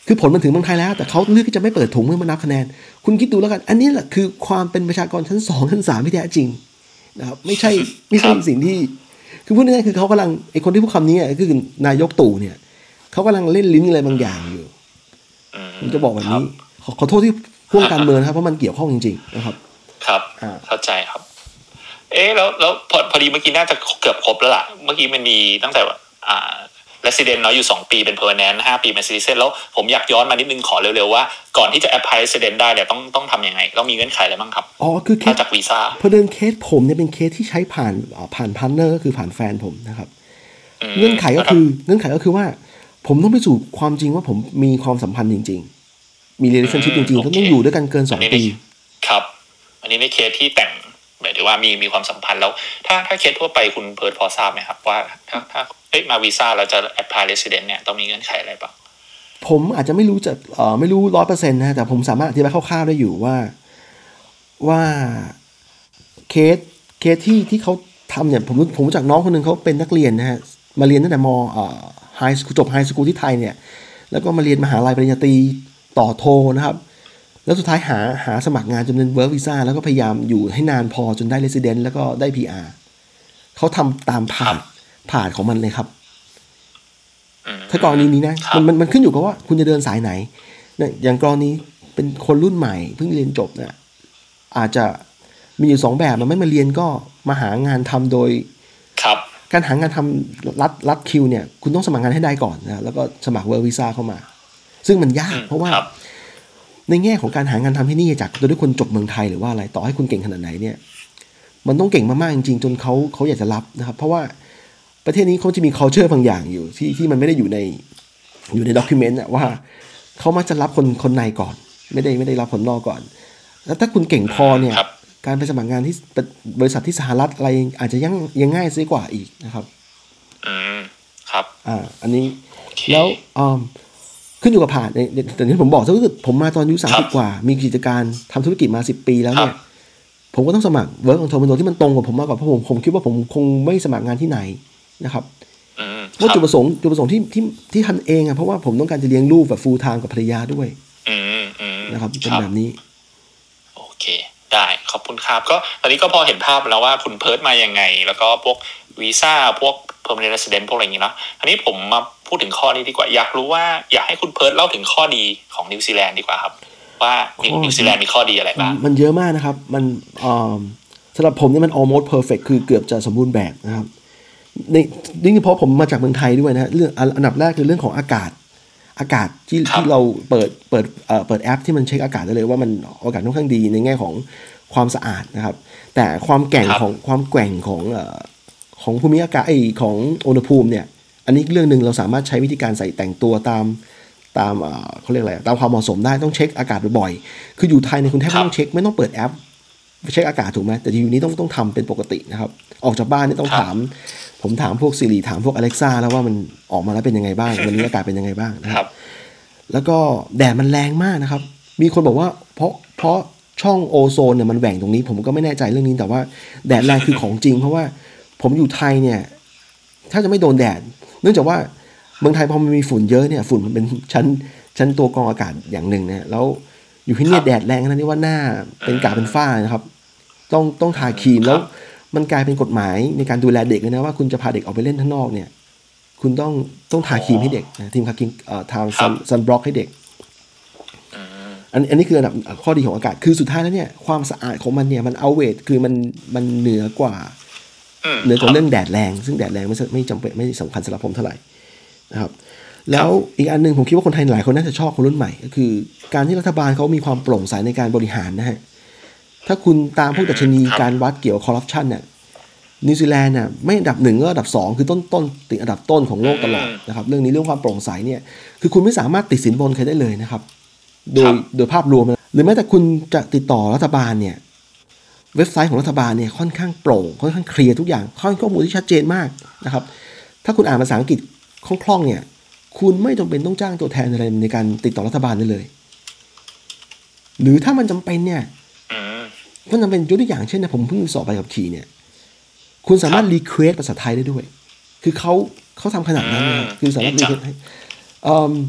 คือผลมันถึงเมืองไทยแล้วแต่เขาเลือกที่จะไม่เปิดถุงเมื่อมานับคะแนนคุณคิดดูแล้วกันอันนี้แหละคือความเป็นประชากรชั้นสองชั้นสามที่แท้จริงนะครับไม่ใช่ไม่ใช่สิ่งที่คือพูดง่ายๆคือเขากำลังไอ้คนที่พูดคำนี้ก็คือนายกตู่เนี่ยเขากำลังเล่นลิ้นอะไรบางอย่างอยู่ผมจะบอกแบบนี้ขอขอโทษที่พ่วงการเมืองนะครับเพราะมันเกี่ยวข้องจริงๆนะครับครับเข้าใจครับเอ๊ะแล้วแล้วพอพอดีเมื่อกี้น่าจะเกือบครบแล้วล่ะเมื่อกี้มันมีตั้งแต่อ่าresident เนาะอยู่สองปีเป็น permanent ห้าปีเป็น citizen แล้วผมอยากย้อนมานิดนึงขอเร็วๆว่าก่อนที่จะ apply resident ได้เนี่ยต้องต้องทำยังไงต้องมีเงื่อนไขอะไรบ้างครับอ๋อคือเคสจากวีซ่าพอเดินเคสผมเนี่ยเป็นเคสที่ใช้ผ่านผ่านพาร์ทเนอร์ก็คือผ่านแฟนผมนะครับเงื่อนไขก็คือเงื่อนไขก็คือว่าผมต้องไปสู่ความจริงว่าผมมีความสัมพันธ์จริงๆมี relationship จริงๆก็ต้องอยู่ด้วยกันเกินสองปีครับอันนี้ในเคสที่แต่งหมายถึงว่ามีมีความสัมพันธ์แล้วถ้าถ้าเคสทั่วไปคุณเพิร์ทพอทราบไหมครับว่าถ้าถ้าเอ้ยมาวีซ่าเราจะ apply resident เนี่ยต้องมีเงื่อนไขอะไรบ้างผมอาจจะไม่รู้จะเอ่อไม่รู้ ร้อยเปอร์เซ็นต์ นะแต่ผมสามารถอธิบายคร่าวๆได้อยู่ว่าว่าเคสเคสที่ที่เขาทำเนี่ยผมผมรู้จักน้องคนนึงเขาเป็นนักเรียนนะฮะมาเรียนตั้งแต่มเอ่อไฮสคูลจบไฮสคูลที่ไทยเนี่ยแล้วก็มาเรียนมหาลัยปริญญาตรีต่อโทนะครับแล้วสุดท้ายหาหาสมัครงานจนเป็นเวิร์กวีซ่าแล้วก็พยายามอยู่ให้นานพอจนได้เรสซิเดนต์แล้วก็ได้ พี อาร์ เขาทำตามผ่านผ่านของมันเลยครับถ้ากรณีนี้นะมันมันมันขึ้นอยู่กับว่าคุณจะเดินสายไหนเนี่ยอย่างกรณีเป็นคนรุ่นใหม่เพิ่งเรียนจบเนี่ยอาจจะมีอยู่สองแบบมันไม่มาเรียนก็มาหางานทำโดยการหางานทำรัดรัดคิวเนี่ยคุณต้องสมัครงานให้ได้ก่อนนะแล้วก็สมัครเวิร์กวีซ่าเข้ามาซึ่งมันยากเพราะว่าในแง่ของการหางานทำที่นี่จากโดยคนจบเมืองไทยหรือว่าอะไรต่อให้คุณเก่งขนาดไหนเนี่ยมันต้องเก่งมากๆจริงๆจนเขาเขาอยากจะรับนะครับเพราะว่าประเทศนี้เขาจะมี culture บางอย่างอยู่ที่ที่มันไม่ได้อยู่ในอยู่ในด็อกิเมนต์ว่าเขามักจะรับคนคนในก่อนไม่ได้ไม่ได้รับคนนอกก่อนแล้วถ้าคุณเก่งพอเนี่ยการไปสมัครงานที่บริษัทที่สหรัฐอะไรอาจจะยังยังง่ายซิกว่าอีกนะครับอืมครับอ่าอันนี้แล้วอ่าขึ้นอยู่กับผ่านในแต่ที่ผมบอกก็คือผมมาตอนอายุสามสิบกว่ามีกิจการทำธุรกิจมาสิบปีแล้วเนี่ยผมก็ต้องสมัคร work on tour ที่มันตรงกับผมมากกว่าเพราะผมผมคิดว่าผมคงไม่สมัครงานที่ไหนนะครับว่าจุดประสงค์จุดประสงค์ที่ที่ที่ทำเองอ่ะเพราะว่าผมต้องการจะเลี้ยงลูกแบบ full time กับภรรยาด้วยนะครับเป็นแบบนี้โอเคได้ขอบคุณครับก็ตอนนี้ก็พอเห็นภาพแล้วว่าคุณเพิร์ทมายังไงแล้วก็พวกวีซ่าพวก permanent resident พวกอะไรอย่างงี้เนาะอันนี้ผมมาพูดถึงข้อนี้ดีกว่าอยากรู้ว่าอยากให้คุณเพิร์ทเล่าถึงข้อดีของนิวซีแลนด์ดีกว่าครับว่านิวซีแลนด์มีข้อดีอะไรบ้างมันเยอะมากนะครับมันอ่าสำหรับผมเนี่ยมัน almost perfect คือเกือบจะสมบูรณ์แบบนะครับในนี่เพราะผมมาจากเมืองไทยด้วยนะเรื่องอันดับแรกคือเรื่องของอากาศอากาศที่ที่เราเปิดเปิดเอ่อเปิดแอปที่มันเช็คอากาศได้เลยว่ามันอากาศค่อนข้างดีในแง่ของความสะอาดนะครับแต่ความแกร่งของความแกว่งของเอ่อของภูมิอากาศไอของอุณหภูมิเนี่ยอันนี้เรื่องนึงเราสามารถใช้วิธีการใส่แต่งตัวตามตามเอ่อเขาเรียกอะไรตามความเหมาะสมได้ต้องเช็คอากาศบ่อยๆคืออยู่ไทยในคุณแทบไม่ต้องเช็คไม่ต้องเปิดแอปเช็คอากาศถูกไหมแต่อยู่นี้ต้องต้องทำเป็นปกตินะครับออกจากบ้านนี่ต้องถามผมถามพวก Siri ถามพวก Alexa แล้วว่ามันออกมาแล้วเป็นยังไงบ้างวันนี้อากาศเป็นยังไงบ้างนะครับแล้วก็แดดมันแรงมากนะครับมีคนบอกว่าเพราะเพราะช่องโอโซนเนี่ยมันแหว่งตรงนี้ผมก็ไม่แน่ใจเรื่องนี้แต่ว่าแดดแรงคือของจริงเพราะว่าผมอยู่ไทยเนี่ยถ้าจะไม่โดนแดดเนื่องจากว่าเมืองไทยพอมันมีฝุ่นเยอะเนี่ยฝุ่นมันเป็นชั้นชั้นตัวกรองอากาศอย่างหนึ่งนะแล้วอยู่ที่นี่แดดแรงขนาดนี้ว่าหน้าเป็นกาเป็นฝ้านะครับต้องต้องทาครีมแล้วมันกลายเป็นกฎหมายในการดูแลเด็กเลยนะว่าคุณจะพาเด็กออกไปเล่นข้างนอกเนี่ยคุณต้องต้องทาครีมให้เด็กนะทีมทาครีมเอ่อทาซันซันบล็อกให้เด็กอันอันนี้คืออันดับข้อดีของอากาศคือสุดท้ายแล้วเนี่ยความสะอาดของมันเนี่ยมันเอาเวทคือมันมันเหนือกว่าเหนือกว่าเรื่องแดดแรงซึ่งแดดแรงไม่ไม่จำเป็นไม่สำคัญสำหรับผมเท่าไหร่นะครับแล้วอีกอันนึงผมคิดว่าคนไทยหลายคนน่าจะชอบคนรุ่นใหม่ก็คือการที่รัฐบาลเขามีความโปร่งใสในการบริหารนะฮะถ้าคุณตามพวกดัชนีการวัดเกี่ยวกับคอร์รัปชันเนี่ยนิวซีแลนด์น่ะไม่อันดับหนึ่งก็อันดับสองคือต้นต้นติดอันดับต้นของโลกตลอดนะครับเรื่องนี้เรื่องความโปร่งใสเนี่ยคือคุณไม่สามารถติดสินบนใครได้เลยนะครับโดยโดยภาพรวมหรือแม้แต่คุณจะติดต่อรัฐบาลเนี่ยเว็บไซต์ของรัฐบาลเนี่ยค่อนข้างโปร่งค่อนข้างเคลียร์ทุกอย่างข้อมูลที่ชัดเจนมากนะครับถ้าคุณอ่านภาษาอังกฤษคล่องๆเนี่ยคุณไม่จำเป็นต้องจ้างตัวแทนอะไรในการติดต่อรัฐบาลได้เลยหรือถ้ามันจำเป็นเนี่ยมันจำเป็นยกตัวอย่างเช่นนะผมเพิ่งสอบใบขับขี่เนี่ยคุณสามารถรีเควสภาษาไทยได้ด้วยคือเขาเขาทำขนาดนั้นนะคือสามารถรีเควสให้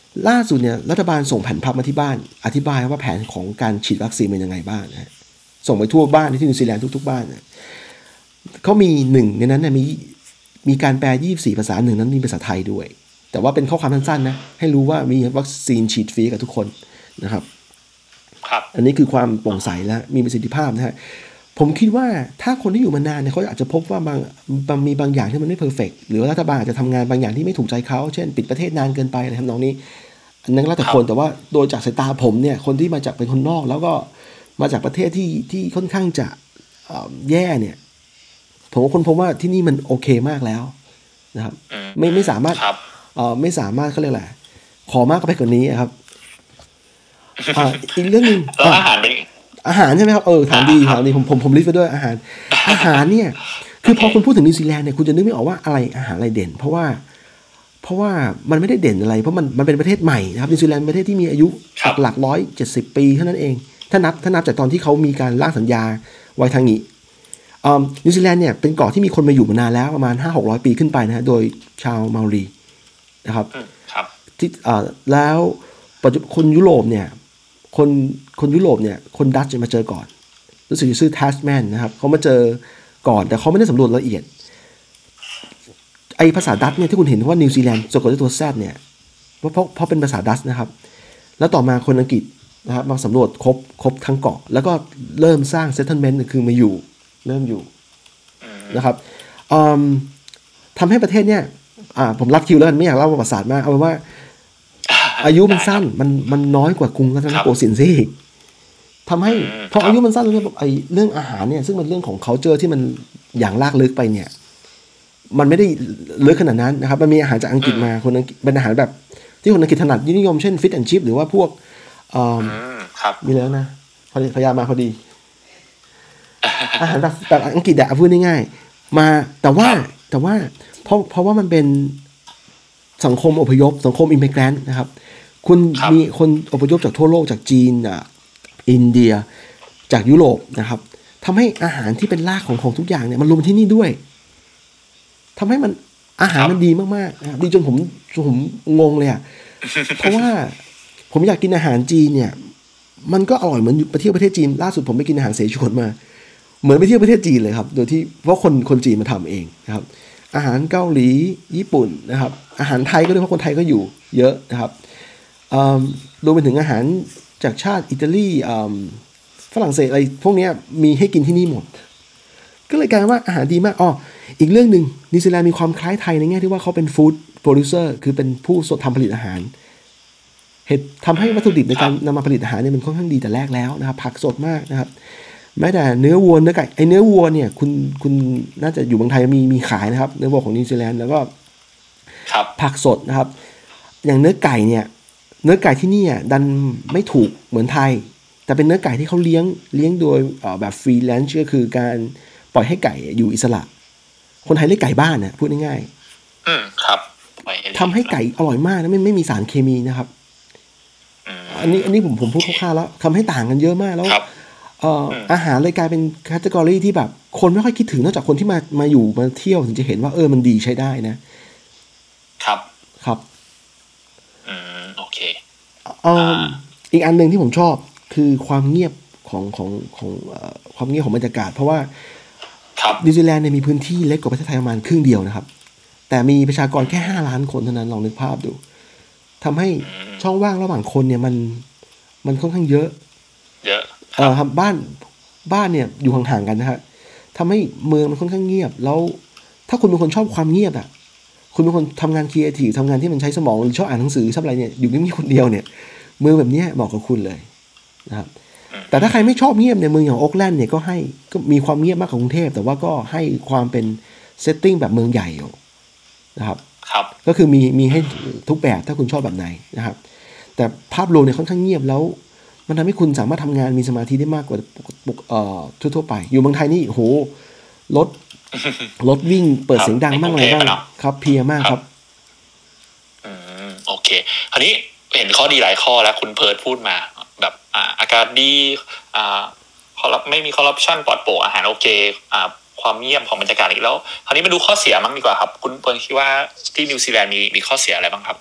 ล่าสุดเนี่ยรัฐบาลส่งแผนพับมาที่บ้านอธิบายว่าแผนของการฉีดวัคซีนเป็นยังไงบ้างนะส่งไปทั่วบ้านที่นิวซีแลนด์ทุกๆบ้านนะเขามีหนึ่งในนั้นเนี่ยมีมีการแปลยี่สิบสี่ภาษาหนึ่งนั้นมีภาษาไทยด้วยแต่ว่าเป็นข้อความสั้นๆนะให้รู้ว่ามีวัคซีนฉีดฟรีกับทุกคนนะครับครับอันนี้คือความโปร่งใสและมีประสิทธิภาพนะฮะผมคิดว่าถ้าคนที่อยู่มานานเนี่ยเขาอาจจะพบว่าบางบางมีบางอย่างที่มันไม่เพอร์เฟกต์หรือว่ารัฐบาลอาจจะทำงานบางอย่างที่ไม่ถูกใจเขาเช่นปิดประเทศนานเกินไปอะไรทำนองนี้อันนั้นแล้วแต่คนแต่ว่าโดยจากสายตาผมเนี่ยคนที่มาจากเป็นคนนอกแล้วก็มาจากประเทศที่ที่ค่อนข้างจะแย่เนี่ยผมว่าคนพบว่าที่นี่มันโอเคมากแล้วนะครับไม่ไม่สามารถเอ่อไม่สามารถเขาเรียกอะไรขอมากก็ไปกว่านี้ครับอ่าอีกเรื่องนึงแล้วอาหารเป็นอาหารใช่ไหมครับเออถามดีถามดีผมผมผมลิสต์ไปด้วยอาหารอาหารเนี่ยคือพอคุณพูดถึงนิวซีแลนด์เนี่ยคุณจะนึกไม่ออกว่าอะไรอาหารอะไรเด่นเพราะว่าเพราะว่ามันไม่ได้เด่นอะไรเพราะมันมันเป็นประเทศใหม่นะครับนิวซีแลนด์เป็นประเทศที่มีอายุหลักร้อยเจ็ดสิบปีเท่านั้นเองถ้านับถ้านับจากตอนที่เขามีการร่างสัญญาไวทางิอ่านิวซีแลนด์เนี่ยเป็นเกาะที่มีคนมาอยู่มานานแล้วประมาณ ห้าหกร้อย ปีขึ้นไปนะฮะโดยชาวเมารีนะครับที่อ่าแล้วปัจจุบันคนยุโรปเนี่ยคนคนยุโรปเนี่ยคนดัตช์จะมาเจอก่อนรู้สึกจะชื่อทัสแมนนะครับเขามาเจอก่อนแต่เขาไม่ได้สำรวจละเอียดไอภาษาดัตช์เนี่ยที่คุณเห็นว่านิวซีแลนด์สะกดด้วยตัวแซดเนี่ยเพราะเพราะเป็นภาษาดัตช์นะครับแล้วต่อมาคนอังกฤษนะครับมาสำรวจครบครบทั้งเกาะแล้วก็เริ่มสร้างเซตเทิลเมนต์คือมาอยู่เริ่มอยู่นะครับทำให้ประเทศเนี่ยผมรับคิวแล้วกันไม่อยากเล่าประวัติศาสตร์มากเอาเป็นว่าอายุมันสั้นมันมันน้อยกว่ากรุงรัตนโกสินทร์ซิทำให้พออายุมันสั้นเรื่องไอ้เรื่องอาหารเนี่ยซึ่งมันเรื่องของ culture ที่มันอย่างลากลึกไปเนี่ยมันไม่ได้ลึกขนาดนั้นนะครับมันมีอาหารจากอังกฤษมาคนอังกฤษเป็นอาหารแบบที่คนอังกฤษถนัดนิยมเช่น fish and chip หรือว่าพวกมีแล้วนะพยายามมาพอดีอาหารแบบแบบอังกฤษอะพูดง่ายๆมาแต่ว่าแต่ว่าเพราะเพราะว่ามันเป็นสังคมอพยพสังคมอิมมิเกรนต์นะครับคุณมีคนอพยพจากทั่วโลกจากจีนอ่ะอินเดียจากยุโรปนะครับทำให้อาหารที่เป็นรากของของทุกอย่างเนี่ยมันรวมที่นี่ด้วยทำให้มันอาหารมันดีมากๆดีจนผมผมงงเลยอ่ะเพราะว่าผมอยากกินอาหารจีนเนี่ยมันก็อร่อยเหมือนไปเที่ยวประเทศจีนล่าสุดผมไปกินอาหารเสฉวนมาเหมือนไปเที่ยวประเทศจีนเลยครับโดยที่เพราะคนคนจีนมาทำเองนะครับอาหารเกาหลีญี่ปุ่นนะครับอาหารไทยก็ด้วยเพราะคนไทยก็อยู่เยอะนะครับรวมไปถึงอาหารจากชาติอิตาลีฝรั่งเศสอะไรพวกนี้มีให้กินที่นี่หมดก็เลยกลายว่าอาหารดีมากอ๋ออีกเรื่องนึงนิวซีแลนด์มีความคล้ายไทยในแง่ที่ว่าเขาเป็นฟู้ดโปรดิวเซอร์คือเป็นผู้ทำผลิตอาหารเหตุทำให้วัตถุดิบในการนำมาผลิตอาหารเนี่ยมันค่อนข้างดีแต่แรกแล้วนะครับผักสดมากนะครับแม้แต่เนื้อวัวเนื้อไก่ไอเนื้อวัวเนี่ยคุณคุณน่าจะอยู่เมืองไทยมีมีขายนะครับเนื้อวัวของนิวซีแลนด์แล้วก็ผักสดนะครับอย่างเนื้อไก่เนี่ยเนื้อไก่ที่นี่อ่ะดันไม่ถูกเหมือนไทยแต่เป็นเนื้อไก่ที่เขาเลี้ยงเลี้ยงโดยแบบฟรีแลนซ์ก็คือการปล่อยให้ไก่อยู่อิสระคนไทยเรียกไก่บ้านนะพูดง่ายๆอืมครับทำให้ไก่อร่อยมากนะไม่ไม่มีสารเคมีนะครับอันนี้อันนี้ผมผมพูดคร่าวๆแล้วทำให้ต่างกันเยอะมากแล้วเอ่ออาหารเลยกลายเป็นแคตตากรีที่แบบคนไม่ค่อยคิดถึงนอกจากคนที่มามาอยู่มาเที่ยวถึงจะเห็นว่าเออมันดีใช้ได้นะครับครับอืมโอเคเอ่ออีกอันนึงที่ผมชอบคือความเงียบของของของเอ่อความเงียบของบรรยากาศเพราะว่านิวซีแลนด์เนี่ยมีพื้นที่เล็กกว่าประเทศไทยประมาณครึ่งเดียวนะครับแต่มีประชากรแค่ห้าล้านคนเท่านั้นลองนึกภาพดูทำให้ช่องว่างระหว่างคนเนี่ยมันมันค่อนข้างเยอะเยอะเออครับบ้านบ้านเนี่ยอยู่ห่างๆกันนะฮะทำให้เมืองมันค่อนข้างเงียบแล้วถ้าคุณเป็นคนชอบความเงียบอ่ะคุณเป็นคนทำงานครีเอทีฟทำงานที่มันใช้สมองหรือชอบอ่านหนังสือชอบอะไรเนี่ยอยู่นิ่งๆคนเดียวเนี่ยเมืองแบบนี้เหมาะกับคุณเลยนะครับแต่ถ้าใครไม่ชอบเงียบเนี่ยเมืองอย่างโอ๊คแลนด์เนี่ยก็ให้ก็มีความเงียบมากกว่ากรุงเทพแต่ว่าก็ให้ความเป็นเซตติ้งแบบเมืองใหญ่อยู่นะครับครับก็คือมีมีให้ทุกแบบถ้าคุณชอบแบบไหนนะครับแต่ภาพรวมเนี่ยค่อนข้างเงียบแล้วมันทำให้คุณสามารถทำงานมีสมาธิได้มากกว่าเอ่อทั่วๆไปอยู่เมืองไทยนี่โหรถรถวิ่งเปิดเสียงดังมากเลยบ้างครับเพียมากครับอืมโอเคคราวนี้เห็นข้อดีหลายข้อแล้วคุณเพิร์ทพูดมาแบบอ่าอากาศดีอ่าคอร์รัปไม่มีคอร์รัปชันปลอดโปร่งอาหารโอเคอ่าความเงียบของบรรยากาศอีกแล้วคราวนี้มาดูข้อเสียมั้งดีกว่าครับคุณเพิร์ทคิดว่าที่นิวซีแลนด์มีมีข้อเสียอะไรบ้างครับ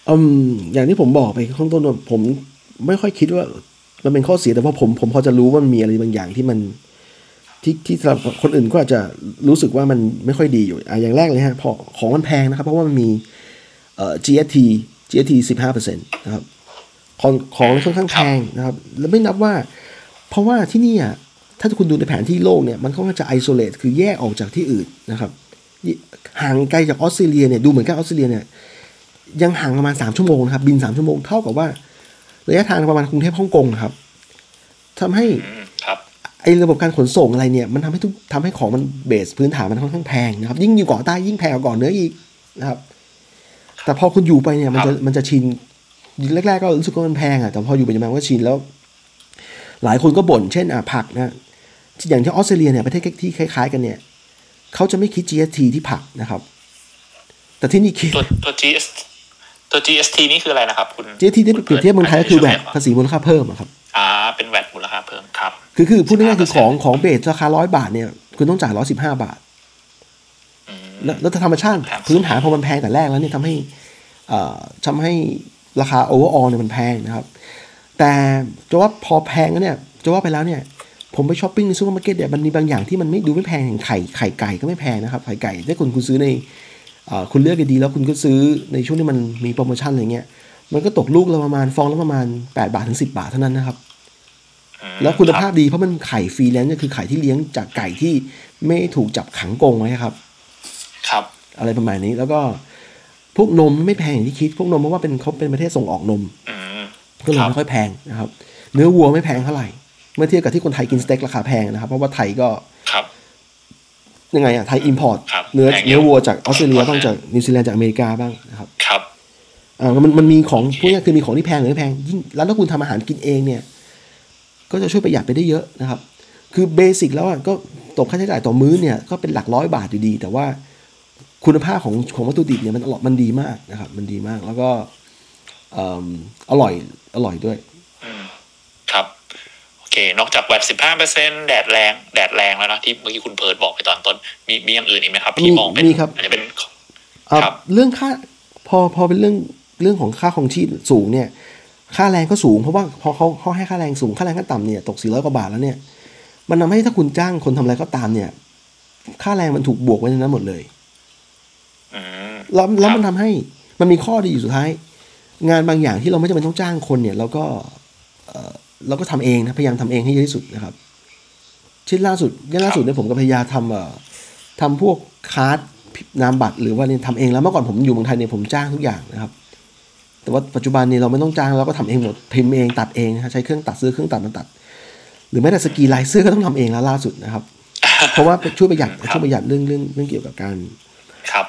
อืมอย่างที่ผมบอกไปข้างต้นว่าผมไม่ค่อยคิดว่ามันเป็นข้อเสียแต่ว่าผมผมพอจะรู้ว่ามันมีอะไรบางอย่างที่มันที่ที่สำหรับคนอื่นก็อาจจะรู้สึกว่ามันไม่ค่อยดีอยู่อ่ะอย่างแรกเลยฮะพอของมันแพงนะครับเพราะว่ามันมีเอ่อ จี เอส ที จี เอส ที สิบห้าเปอร์เซ็นต์ นะครับของของค่อนข้างแพงนะครับแล้วไม่นับว่าเพราะว่าที่นี่อ่ะถ้าคุณดูในแผนที่โลกเนี่ยมันค่อนข้างจะไอโซเลตคือแยกออกจากที่อื่นนะครับห่างไกลจากออสเตรเลียเนี่ยดูเหมือนกับออสเตรเลียเนี่ยยังห่างประมาณสามชั่วโมงนะครับบินสามชั่วโมงเท่ากับว่าระยะทางประมาณกรุงเทพฮ่องกงครับทำให้ไอ้ระบบการขนส่งอะไรเนี่ยมันทำให้ทุกทำให้ของมันเบสพื้นฐานมันค่อนข้างแพงนะครับยิ่งอยู่เกาะใต้ยิ่งแพงกว่าเกาะเหนืออีกนะครับแต่พอคุณอยู่ไปเนี่ยมันจะมันจะชินแรกๆก็รู้สึกว่ามันแพงอ่ะแต่พออยู่ไปนานๆก็ชินแล้วหลายคนก็บ่นเช่นอ่ะผักนะอย่างที่ออสเตรเลียเนี่ยประเทศที่คล้ายๆกันเนี่ยเขาจะไม่คิด จี เอส ที ที่ผักนะครับแต่ที่นี่คิดตัวตัว จี เอส ตัว จี เอส ที นี่คืออะไรนะครับคุณจี เอส ที ที่เปรียบเทียบเมืองไทยก็คือ แวต ภาษีมูลค่าเพิ่มครับอ่าเป็น แวต มูลค่าเพิ่มครับคือคือพูดง่ายๆคือของของเบสราคาร้อยบาทเนี่ยคุณต้องจ่ายร้อยสิบห้าบาทแล้วแล้วธรรมชาติพื้นฐานพอมันแพงแต่แรกแล้วเนี่ยทำให้อ่าทำให้ราคาโอเวอร์ออลเนี่ยมันแพงนะครับแต่จะว่าพอแพงแล้วเนี่ยจะว่าไปแล้วเนี่ยผมไปช้อปปิ้งในซูเปอร์มาร์เก็ตเนี่ยมันมีบางอย่างที่มันไม่ดูไม่แพงอย่างไข่ไข่ไก่ก็ไม่แพงนะครับไข่ไก่ถ้าคุณคุณซื้อในคุณเลือกดีๆแล้วคุณก็ซื้อในช่วงที่มันมีโปรโมชั่นอะไรเงี้ยมันก็ตกลูกละประมาณฟองละประมาณแปดบาทถึงสิบบาทเท่านั้นนะครับแล้วคุณภาพดีเพราะมันไข่ฟรีแลนซ์ก็คือไข่ที่เลี้ยงจากไก่ที่ไม่ถูกจับขังกรงไว้ครับครับอะไรประมาณนี้แล้วก็พวกนมไม่แพงอย่างที่คิดพวกนมเพราะว่าเป็นเขาเป็นประเทศส่งออกนมก็เลยไม่ค่อยแพงนะครับเนื้อวัวไม่แพงเท่าไหร่เมื่อเทียบกับที่คนไทยกินสเต็กราคาแพงนะครับเพราะว่าไทยก็ยังไงอ่ะไทยอิมพอร์ตเนื้อเนื้อวัวจากออสเตรเลียต้องจากนิวซีแลนด์จากอเมริกาบ้างนะครับครับอ่ามันมันมีของพวกนี้คือมีของที่แพงหรือไม่แพงยิ่งแล้วถ้าคุณทำอาหารกินเองเนี่ยก็จะช่วยประหยัดไปได้เยอะนะครับคือเบสิกแล้วอ่ะก็ตกค่าใช้จ่ายต่อมื้อเนี่ยก็เป็นหลักร้อยบาทอยู่ดีแต่ว่าคุณภาพของของวัตถุดิบเนี่ยมันอร่อยมันดีมากนะครับมันดีมากแล้วก็อร่อยอร่อยด้วยครับโอเคนอกจากแวต สิบห้าเปอร์เซ็นต์ แดดแรงแดดแรงแล้วนะที่เมื่อกี้คุณเพิร์ดบอกไปตอนต้นมีมีอย่างอื่นอีกไหมครับที่มองเป็นอันนี้เป็นครับเรื่องค่าพอพอเป็นเรื่องเรื่องของค่าครองชีพสูงเนี่ยค่าแรงก็สูงเพราะว่าพอเขาเขาให้ค่าแรงสูงค่าแรงขั้นต่ำเนี่ยตกสี่ร้อยกว่าบาทแล้วเนี่ยมันทำให้ถ้าคุณจ้างคนทำอะไรก็ตามเนี่ยค่าแรงมันถูกบวกไว้ในนั้นหมดเลยแล้วแล้วมันทำให้มันมีข้อดีอยู่สุดท้ายงานบางอย่างที่เราไม่จำเป็นต้องจ้างคนเนี่ยเราก็เราก็ทำเองนะพยายามทำเองให้เยอะที่สุดนะครับเช่นล่าสุดย่ล่าสุดเนี่ยผมก็พยายามทำทำพวกคาร์ดนามบัตรหรือว่าเนี่ยทำเองแล้วเมื่อก่อนผมอยู่เมืองไทยเนี่ยผมจ้างทุกอย่างนะครับแต่ว่าปัจจุบันเนี่ยเราไม่ต้องจ้างเราก็ทำเองหมดพิมพ์เองตัดเองนะใช้เครื่องตัดซื้อเครื่องตัดมาตัดหรือแม้แต่สกีลายเสื้อก็ต้องทำเองแล้วล่าสุดนะครับเพราะว่าช่วยประหยัดช่วยประหยัดเรื่องเรื่องเรื่องเกี่ยวกับการครับ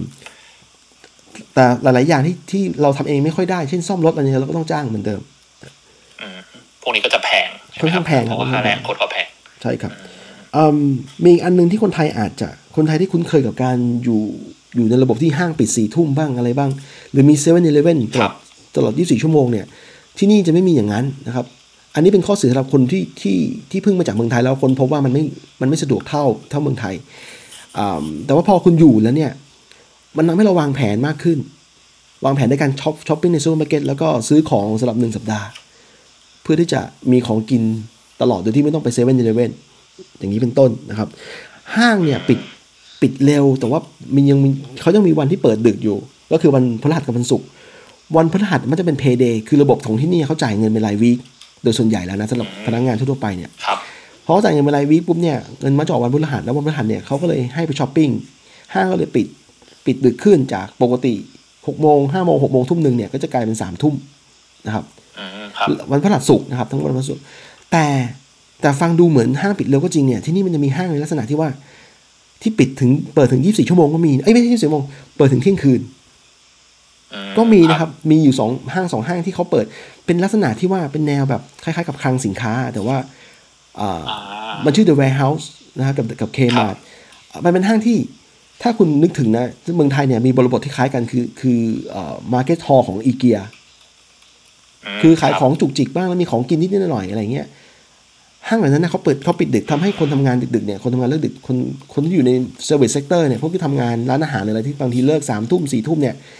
แต่หลายๆอย่างที่ที่เราทำเองไม่ค่อยได้เช่นซ่อมรถอะไรเนี่ยเราก็ต้องจ้างเหมือนเดิมพวกนี้ก็จะแพงค่อนข้างแพงเพราะว่าค่าแรงคนก็แพงใช่ครับมีอีกอันนึงที่คนไทยอาจจะคนไทยที่คุ้นเคยกับการอยู่อยู่ในระบบที่ห้างปิดสี่ทุ่มบ้างอะไรบ้างหรือมีเซเว่นอีเลฟเว่นตลอดตลอดยี่สิบสี่ชั่วโมงเนี่ยที่นี่จะไม่มีอย่างนั้นนะครับอันนี้เป็นข้อเสียสำหรับคนที่ที่ที่เพิ่งมาจากเมืองไทยแล้วคนพบว่ามันไม่มันไม่สะดวกเท่าเท่าเมืองไทยแต่ว่าพอคุณอยู่แล้วเนี่ยมันทำให้เราวางแผนมากขึ้นวางแผนในการช็อปช้อปปิ้งในซูเปอร์มาร์เก็ตแล้วก็ซื้อของสำหรับหนึ่งสัปดาห์เพื่อที่จะมีของกินตลอดโดยที่ไม่ต้องไปเซเว่นอีเลฟเว่นอย่างนี้เป็นต้นนะครับห้างเนี่ยปิดปิดเร็วแต่ว่ามันยังเขายังมีวันที่เปิดดึกอยู่ก็คือวันพฤหัสกับวันศุกร์วันพฤหัสมันจะเป็นเพย์เดย์คือระบบของที่นี่เขาจ่ายเงินเป็นรายวีคโดยส่วนใหญ่แล้วนะสำหรับพนักงานทั่วไปเนี่ยพอจ่ายเงินเป็นรายวีคปุ๊บเนี่ยเงินมาจ่อวันพฤหัสแล้ววันพฤหัสเนี่ยเขาก็เลยให้ไปช้อปปิ้งห้างก็เลยปิดปิดดึกขึ้นจากปกติหกโมงห้าโมงหกโมงทุ่มหนึ่งเนี่ยก็จะกลายเป็นสามทุ่มนะครับวันพฤหัสศุกร์นะครับทั้งวันวันศุกร์แต่แต่ฟังดูเหมือนห้างปิดเร็วก็จริงเนี่ยที่นี่มันจะมีห้างในลักษณะที่ว่าที่ปิดถึงเปิดถึงยี่สิบสี่ชั่วโมงก็มีเอ้ยไม่ใช่ยี่สิบสี่ชั่วโมงเปิดถึงเที่ยงคืนก็มีนะครับมีอยู่สองห้างสองห้างที่เขาเปิดเป็นลักษณะที่ว่าเป็นแนวแบบคล้ายๆกับคลังสินค้าแต่ว่าอ่ามันชื่อ The Warehouse นะครับกับกับ Kmart มันเป็นห้างที่ถ้าคุณนึกถึงนะเมืองไทยเนี่ยมีบริบทที่คล้ายกันคือคือเอ่อ Market Hall ของ IKEA คือขายของจุกจิกบ้างแล้วมีของกินนิดๆหน่อยๆอะไรเงี้ยห้างแบบนั้นนะเขาเปิดเขาปิดดึกทำให้คนทำงานดึกๆเนี่ยคนทำงานเลิกดึกคนคนที่อยู่ใน service sector เนี่ยพวกที่ทำงานร้านอาหารอะไรที่บางทีเลิกสามทุ่มสี่ทุ่มเนี่ย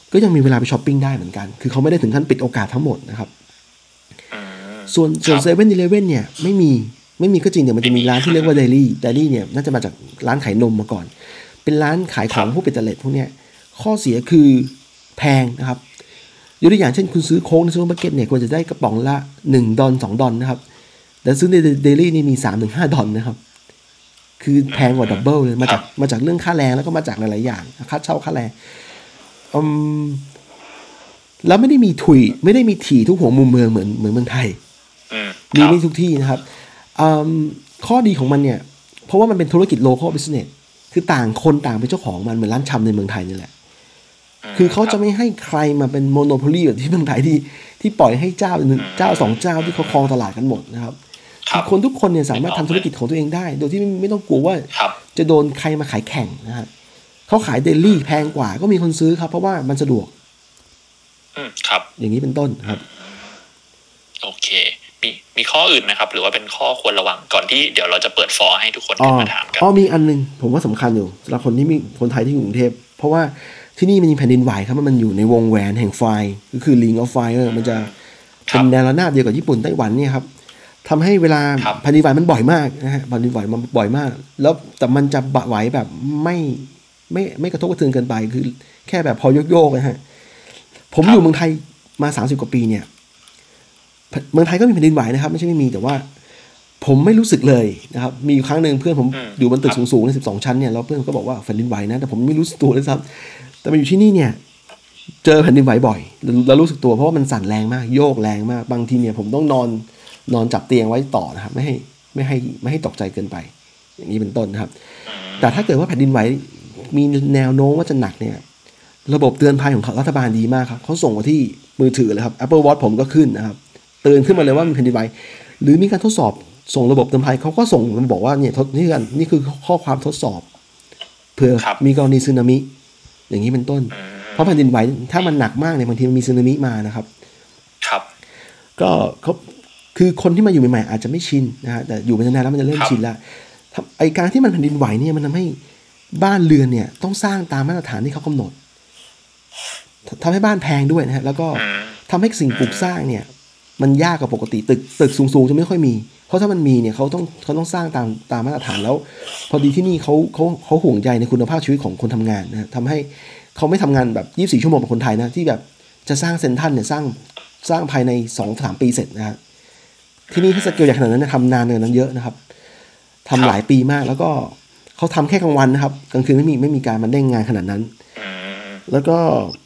ก็ยังมีเวลาไปช้อปปิ้งได้เหมือนกันคือเขาไม่ได้ถึงขั้นปิดโอกาสทั้งหมดนะครับส่วนส่วนเซเว่นอีเลฟเว่นเนี่ยไม่มีไม่มีก็จริงเดี๋ยวมันจะมีร้านที่เรียกว่าเดลี่เดลี่เนี่ยน่าจะมาจากร้านขายนมมาก่อนเป็นร้านขายของพวกเบตเตอร์เลตพวกเนี้ยข้อเสียคือแพงนะครับยกตัวอย่างเช่นคุณซื้อโค้กในซูเปอร์มาร์เก็ตเนี่ยควรจะได้กระป๋องละหนึ่งดอลลาร์สองดอลลาร์นะครับแต่ซื้อในเดลี่นี่มี สามถึงห้า ดอลลาร์นะครับคือแพงกว่าดับเบิลเลยมาจากมาจากเรื่องค่าแรงแล้วก็มาจากหลายๆอย่างค่าเช่าค่าแรงอืมแล้วไม่ได้มีถุยไม่ได้มีถี่ทุกหัวมุมเมืองเหมือนเหมือนเมืองไทยมีไม่ทุกที่นะครับข้อดีของมันเนี่ยเพราะว่ามันเป็นธุรกิจ local business คือต่างคนต่างเป็นเจ้าของมันเหมือนร้านชำในเมืองไทยนี่แหละคือเขาจะไม่ให้ใครมาเป็นโมโนโพลีแบบที่เมืองไทยที่ที่ปล่อยให้เจ้าหนึ่งเจ้าสองเจ้าที่เขาครองตลาดกันหมดนะครับคือคนทุกคนเนี่ยสามารถทำธุรกิจของตัวเองได้โดยที่ไม่ต้องกลัวว่าจะโดนใครมาขายแข่งนะฮะเขาขายเดลี่แพงกว่าก็มีคนซื้อครับเพราะว่ามันสะดวกครับอย่างนี้เป็นต้นครับโอเคมีมีข้ออื่นไหมครับหรือว่าเป็นข้อควรระวังก่อนที่เดี๋ยวเราจะเปิดฟอร์ให้ทุกคนขึ้นมาถามกันอ๋อมีอันนึงผมว่าสำคัญอยู่สำหรับคนที่มีคนไทยที่อยู่กรุงเทพเพราะว่าที่นี่มันมีแผ่นดินไหวครับมันอยู่ในวงแหวนแห่งไฟก็คือ Ring of Fire มันจะเป็นแนวระนาบเดียวกับญี่ปุ่นไต้หวันเนี่ยครับทำให้เวลาแผ่นดินไหวมันบ่อยมากนะฮะแผ่นดินไหวมันบ่อยมากแล้วแต่มันจะไหวแบบไม่ไม่ไม่กระทบกระเทือนเกินไปคือแค่แบบพอโยกๆนะฮะผมอยู่เมืองไทยมาสามสิบกว่าปีเนี่ยเมืองไทยก็มีแผ่นดินไหวนะครับไม่ใช่ไม่มีแต่ว่าผมไม่รู้สึกเลยนะครับมีครั้งนึงเพื่อนผมอยู่บนตึกสูงๆในสิบสองชั้นเนี่ยแล้วเพื่อนก็บอกว่าแผ่นดินไหวนะแต่ผมไม่รู้สึกตัวเลยครับแต่มาอยู่ที่นี่เนี่ยเจอแผ่นดินไหวบ่อยแล้วรู้สึกตัวเพราะว่ามันสั่นแรงมากโยกแรงมากบางทีเนี่ยผมต้องนอนนอนจับเตียงไว้ต่อนะครับไม่ให้ไม่ให้ไม่ให้ตกใจเกินไปอย่างนี้เป็นต้นนะครับแต่ถ้าเกิดว่าแผ่นดินไหวมีแนวโน้มว่าจะหนักเนี่ยระบบเตือนภัยของรัฐบาลดีมากครับเขาส่งมาที่มือถือเลยครับ Apple Watch ผมก็ขึ้นนะครับเตือนขึ้นมาเลยว่ามีแผ่นดินไหวหรือมีการทดสอบส่งระบบเตือนภัยเขาก็ส่งมันบอกว่าเนี่ยนี่กันนี่คือข้อความทดสอบเผื่อมีกรณีสึนามิอย่างนี้เป็นต้นเพราะแผ่นดินไหวถ้ามันหนักมากเนี่ยบางทีมันมีสึนามิมานะครับครับก็เขาคือคนที่มาอยู่ใหม่ๆอาจจะไม่ชินนะฮะแต่อยู่ไปนานๆแล้วมันจะเริ่มชินแล้วไอการที่มันแผ่นดินไหวเนี่ยมันทำให้บ้านเรือนเนี่ยต้องสร้างตามมาตรฐานที่เขากำหนดทำให้บ้านแพงด้วยนะฮะแล้วก็ทำให้สิ่งปลูกสร้างเนี่ยมันยากกว่าปกติตึกตึกสูงๆจะไม่ค่อยมีเพราะถ้ามันมีเนี่ยเขาต้องเขาต้องสร้างตามตามมาตรฐานแล้วพอดีที่นี่เขาเขาเขาห่วงใยในคุณภาพชีวิตของคนทำงานนะทำให้เขาไม่ทำงานแบบยี่สิบสี่ชั่วโมงแบบคนไทยนะที่แบบจะสร้างเซ็นทรัลเนี่ยสร้างสร้างภายใน สองถึงสาม ปีเสร็จนะฮะที่นี่ถ้าสเกลใหญ่ขนาดนั้นเนี่ยทำนานเกินนั้นเยอะนะครับทำหลายปีมากแล้วก็เขาทำแค่กลางวันนะครับกลางคืนไม่มีไม่มีการมันเด้งงานขนาดนั้นแล้วก็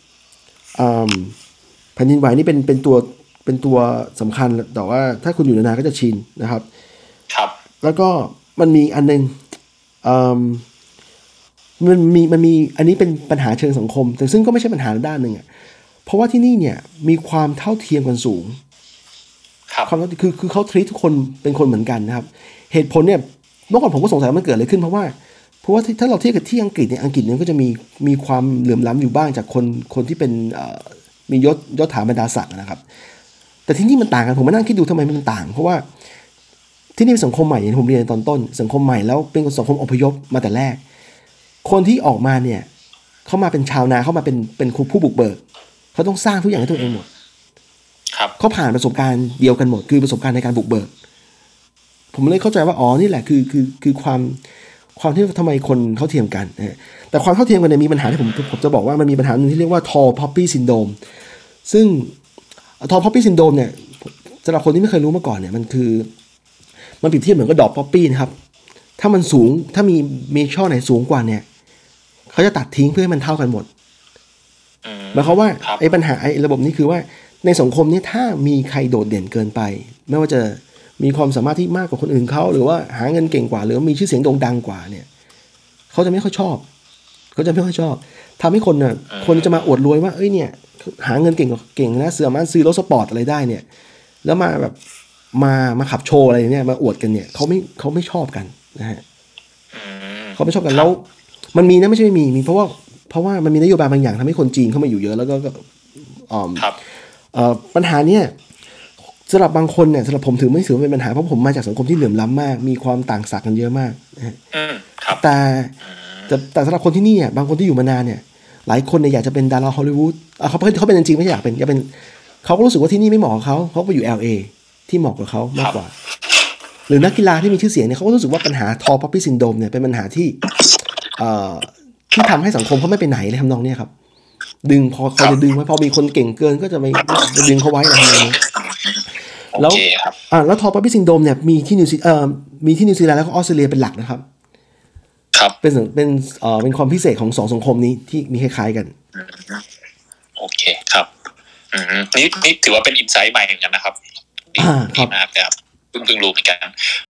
แผ่นดินไหวนี่เป็นเป็นตัวเป็นตัวสำคัญแต่ว่าถ้าคุณอยู่นานๆก็จะชินนะครับครับแล้วก็มันมีอันนึงมันมีมันมีอันนี้เป็นปัญหาเชิงสังคมแต่ซึ่งก็ไม่ใช่ปัญหาด้านหนึ่งอ่ะเพราะว่าที่นี่เนี่ยมีความเท่าเทียมกันสูงความคือคือเขาทรีตทุกคนเป็นคนเหมือนกันนะครับเหตุผลเนี่ยเมื่อก่อนผมก็สงสัยมันเกิดอะไรขึ้นเพราะว่าเพราะว่าถ้าเราเทียบกับที่อังกฤษเนี่ยอังกฤษเนี่ยก็จะมีมีความเหลื่อมล้ำอยู่บ้างจากคนคนที่เป็นมียศยศถาบรรดาศักดิ์นะครับแต่ที่นี่มันต่างกันผมมานั่งคิดดูทำไมมันต่างเพราะว่าที่นี่เป็นสังคมใหม่อย่างผมเรียนตอนต้นสังคมใหม่แล้วเป็นสังคมอพยพมาแต่แรกคนที่ออกมาเนี่ยเขามาเป็นชาวนาเขามาเป็นเป็นผู้บุกเบิกเขาต้องสร้างทุกอย่างให้ตัวเองหมดเขาผ่านประสบการณ์เดียวกันหมดคือประสบการณ์ในการบุกเบิกผมเลยเข้าใจว่าอ๋อนี่แหละคือคือคือความความที่ทำไมคนเขาเทียมกันนะแต่ความเท่าเทียมกันเนี่ยมีปัญหาที่ผมผมจะบอกว่ามันมีปัญหาหนึ่งที่เรียกว่า tall poppy syndrome ซึ่ง tall poppy syndrome เนี่ยสำหรับคนที่ไม่เคยรู้มาก่อนเนี่ยมันคือมันเปรียบเทียบเหมือนกับดอกป๊อปปี้นะครับถ้ามันสูงถ้ามีเมเจอร์ไหนสูงกว่าเนี่ยเขาจะตัดทิ้งเพื่อให้มันเท่ากันหมดหมายความว่าไอ้ปัญหาไอ้ระบบนี้คือว่าในสังคมนี้ถ้ามีใครโดดเด่นเกินไปไม่ว่าจะมีความสามารถที่มากกว่าคนอื่นเขาหรือว่าหาเงินเก่งกว่าหรือมีชื่อเสียงโด่งดังกว่าเนี่ยเขาจะไม่ค่อยชอบเขาจะไม่ค่อยชอบทำให้คนน่ะคนจะมาอวดรวยว่าเอ้ยเนี่ยหาเงินเก่งเก่งนะเสือมันซื้อรถสปอร์ตอะไรได้เนี่ยแล้วมาแบบมามาขับโชว์อะไรเนี่ยมาอวดกันเนี่ยเขาไม่เขาไม่ชอบกันนะฮะเขาไม่ชอบกันแล้วมันมีนะไม่ใช่ไม่มีมีเพราะว่าเพราะว่ามันมีนโยบายบางอย่างทำให้คนจีนเข้ามาอยู่เยอะแล้วก็อ่าเอ่อปัญหาเนี่ยสำหรับบางคนเนี่ยสำหรับผมถือไม่ถือว่าเป็นปัญหาเพราะผมมาจากสังคมที่เหลื่อมล้ำมากมีความต่างศักดิ์กันเยอะมากนะฮะแต่แต่แต่สำหรับคนที่นี่เนี่ยบางคนที่อยู่มานานเนี่ยหลายคนเนี่ยอยากจะเป็นดาราฮอลลีวูดอ่ะเขาเขาเป็นจริงๆไม่ใช่อยากเป็นอยากเป็นเขาก็รู้สึกว่าที่นี่ไม่เหมาะกับเขาเขาไปอยู่ แอล เอ ที่เหมาะกับเขามากกว่าหรือนักกีฬาที่มีชื่อเสียงเนี่ยเขาก็รู้สึกว่าปัญหาทอพัพปี้ซินโดรมเนี่ยเป็นปัญหาที่เอ่อที่ทำให้สังคมเขาไม่ไปไหนเลยทำนองเนี้ยครับดึงพอเขาจะดึงไว้พอมีคนเก่งเกินก็จะไปจะดึงเขาไว้อะไรแบบนี้แล้วอ่าแล้วทอพัพปี้ซินโดรมเนี่ยมีที่นิวซีเอ่อมีที่นิวซีแลนด์แล้วก็ออสเตรเลียเป็นหลักนะครับครับเป็นเป็นเอ่อเป็นความพิเศษของสองสังคมนี้ที่มีคล้ายๆกันโอเคครับอืมนี่นี่ถือว่าเป็นอินไซต์ใหม่เหมือนกันนะครับดีมากครับเพิ่งเพิ่งรู้เหมือนกัน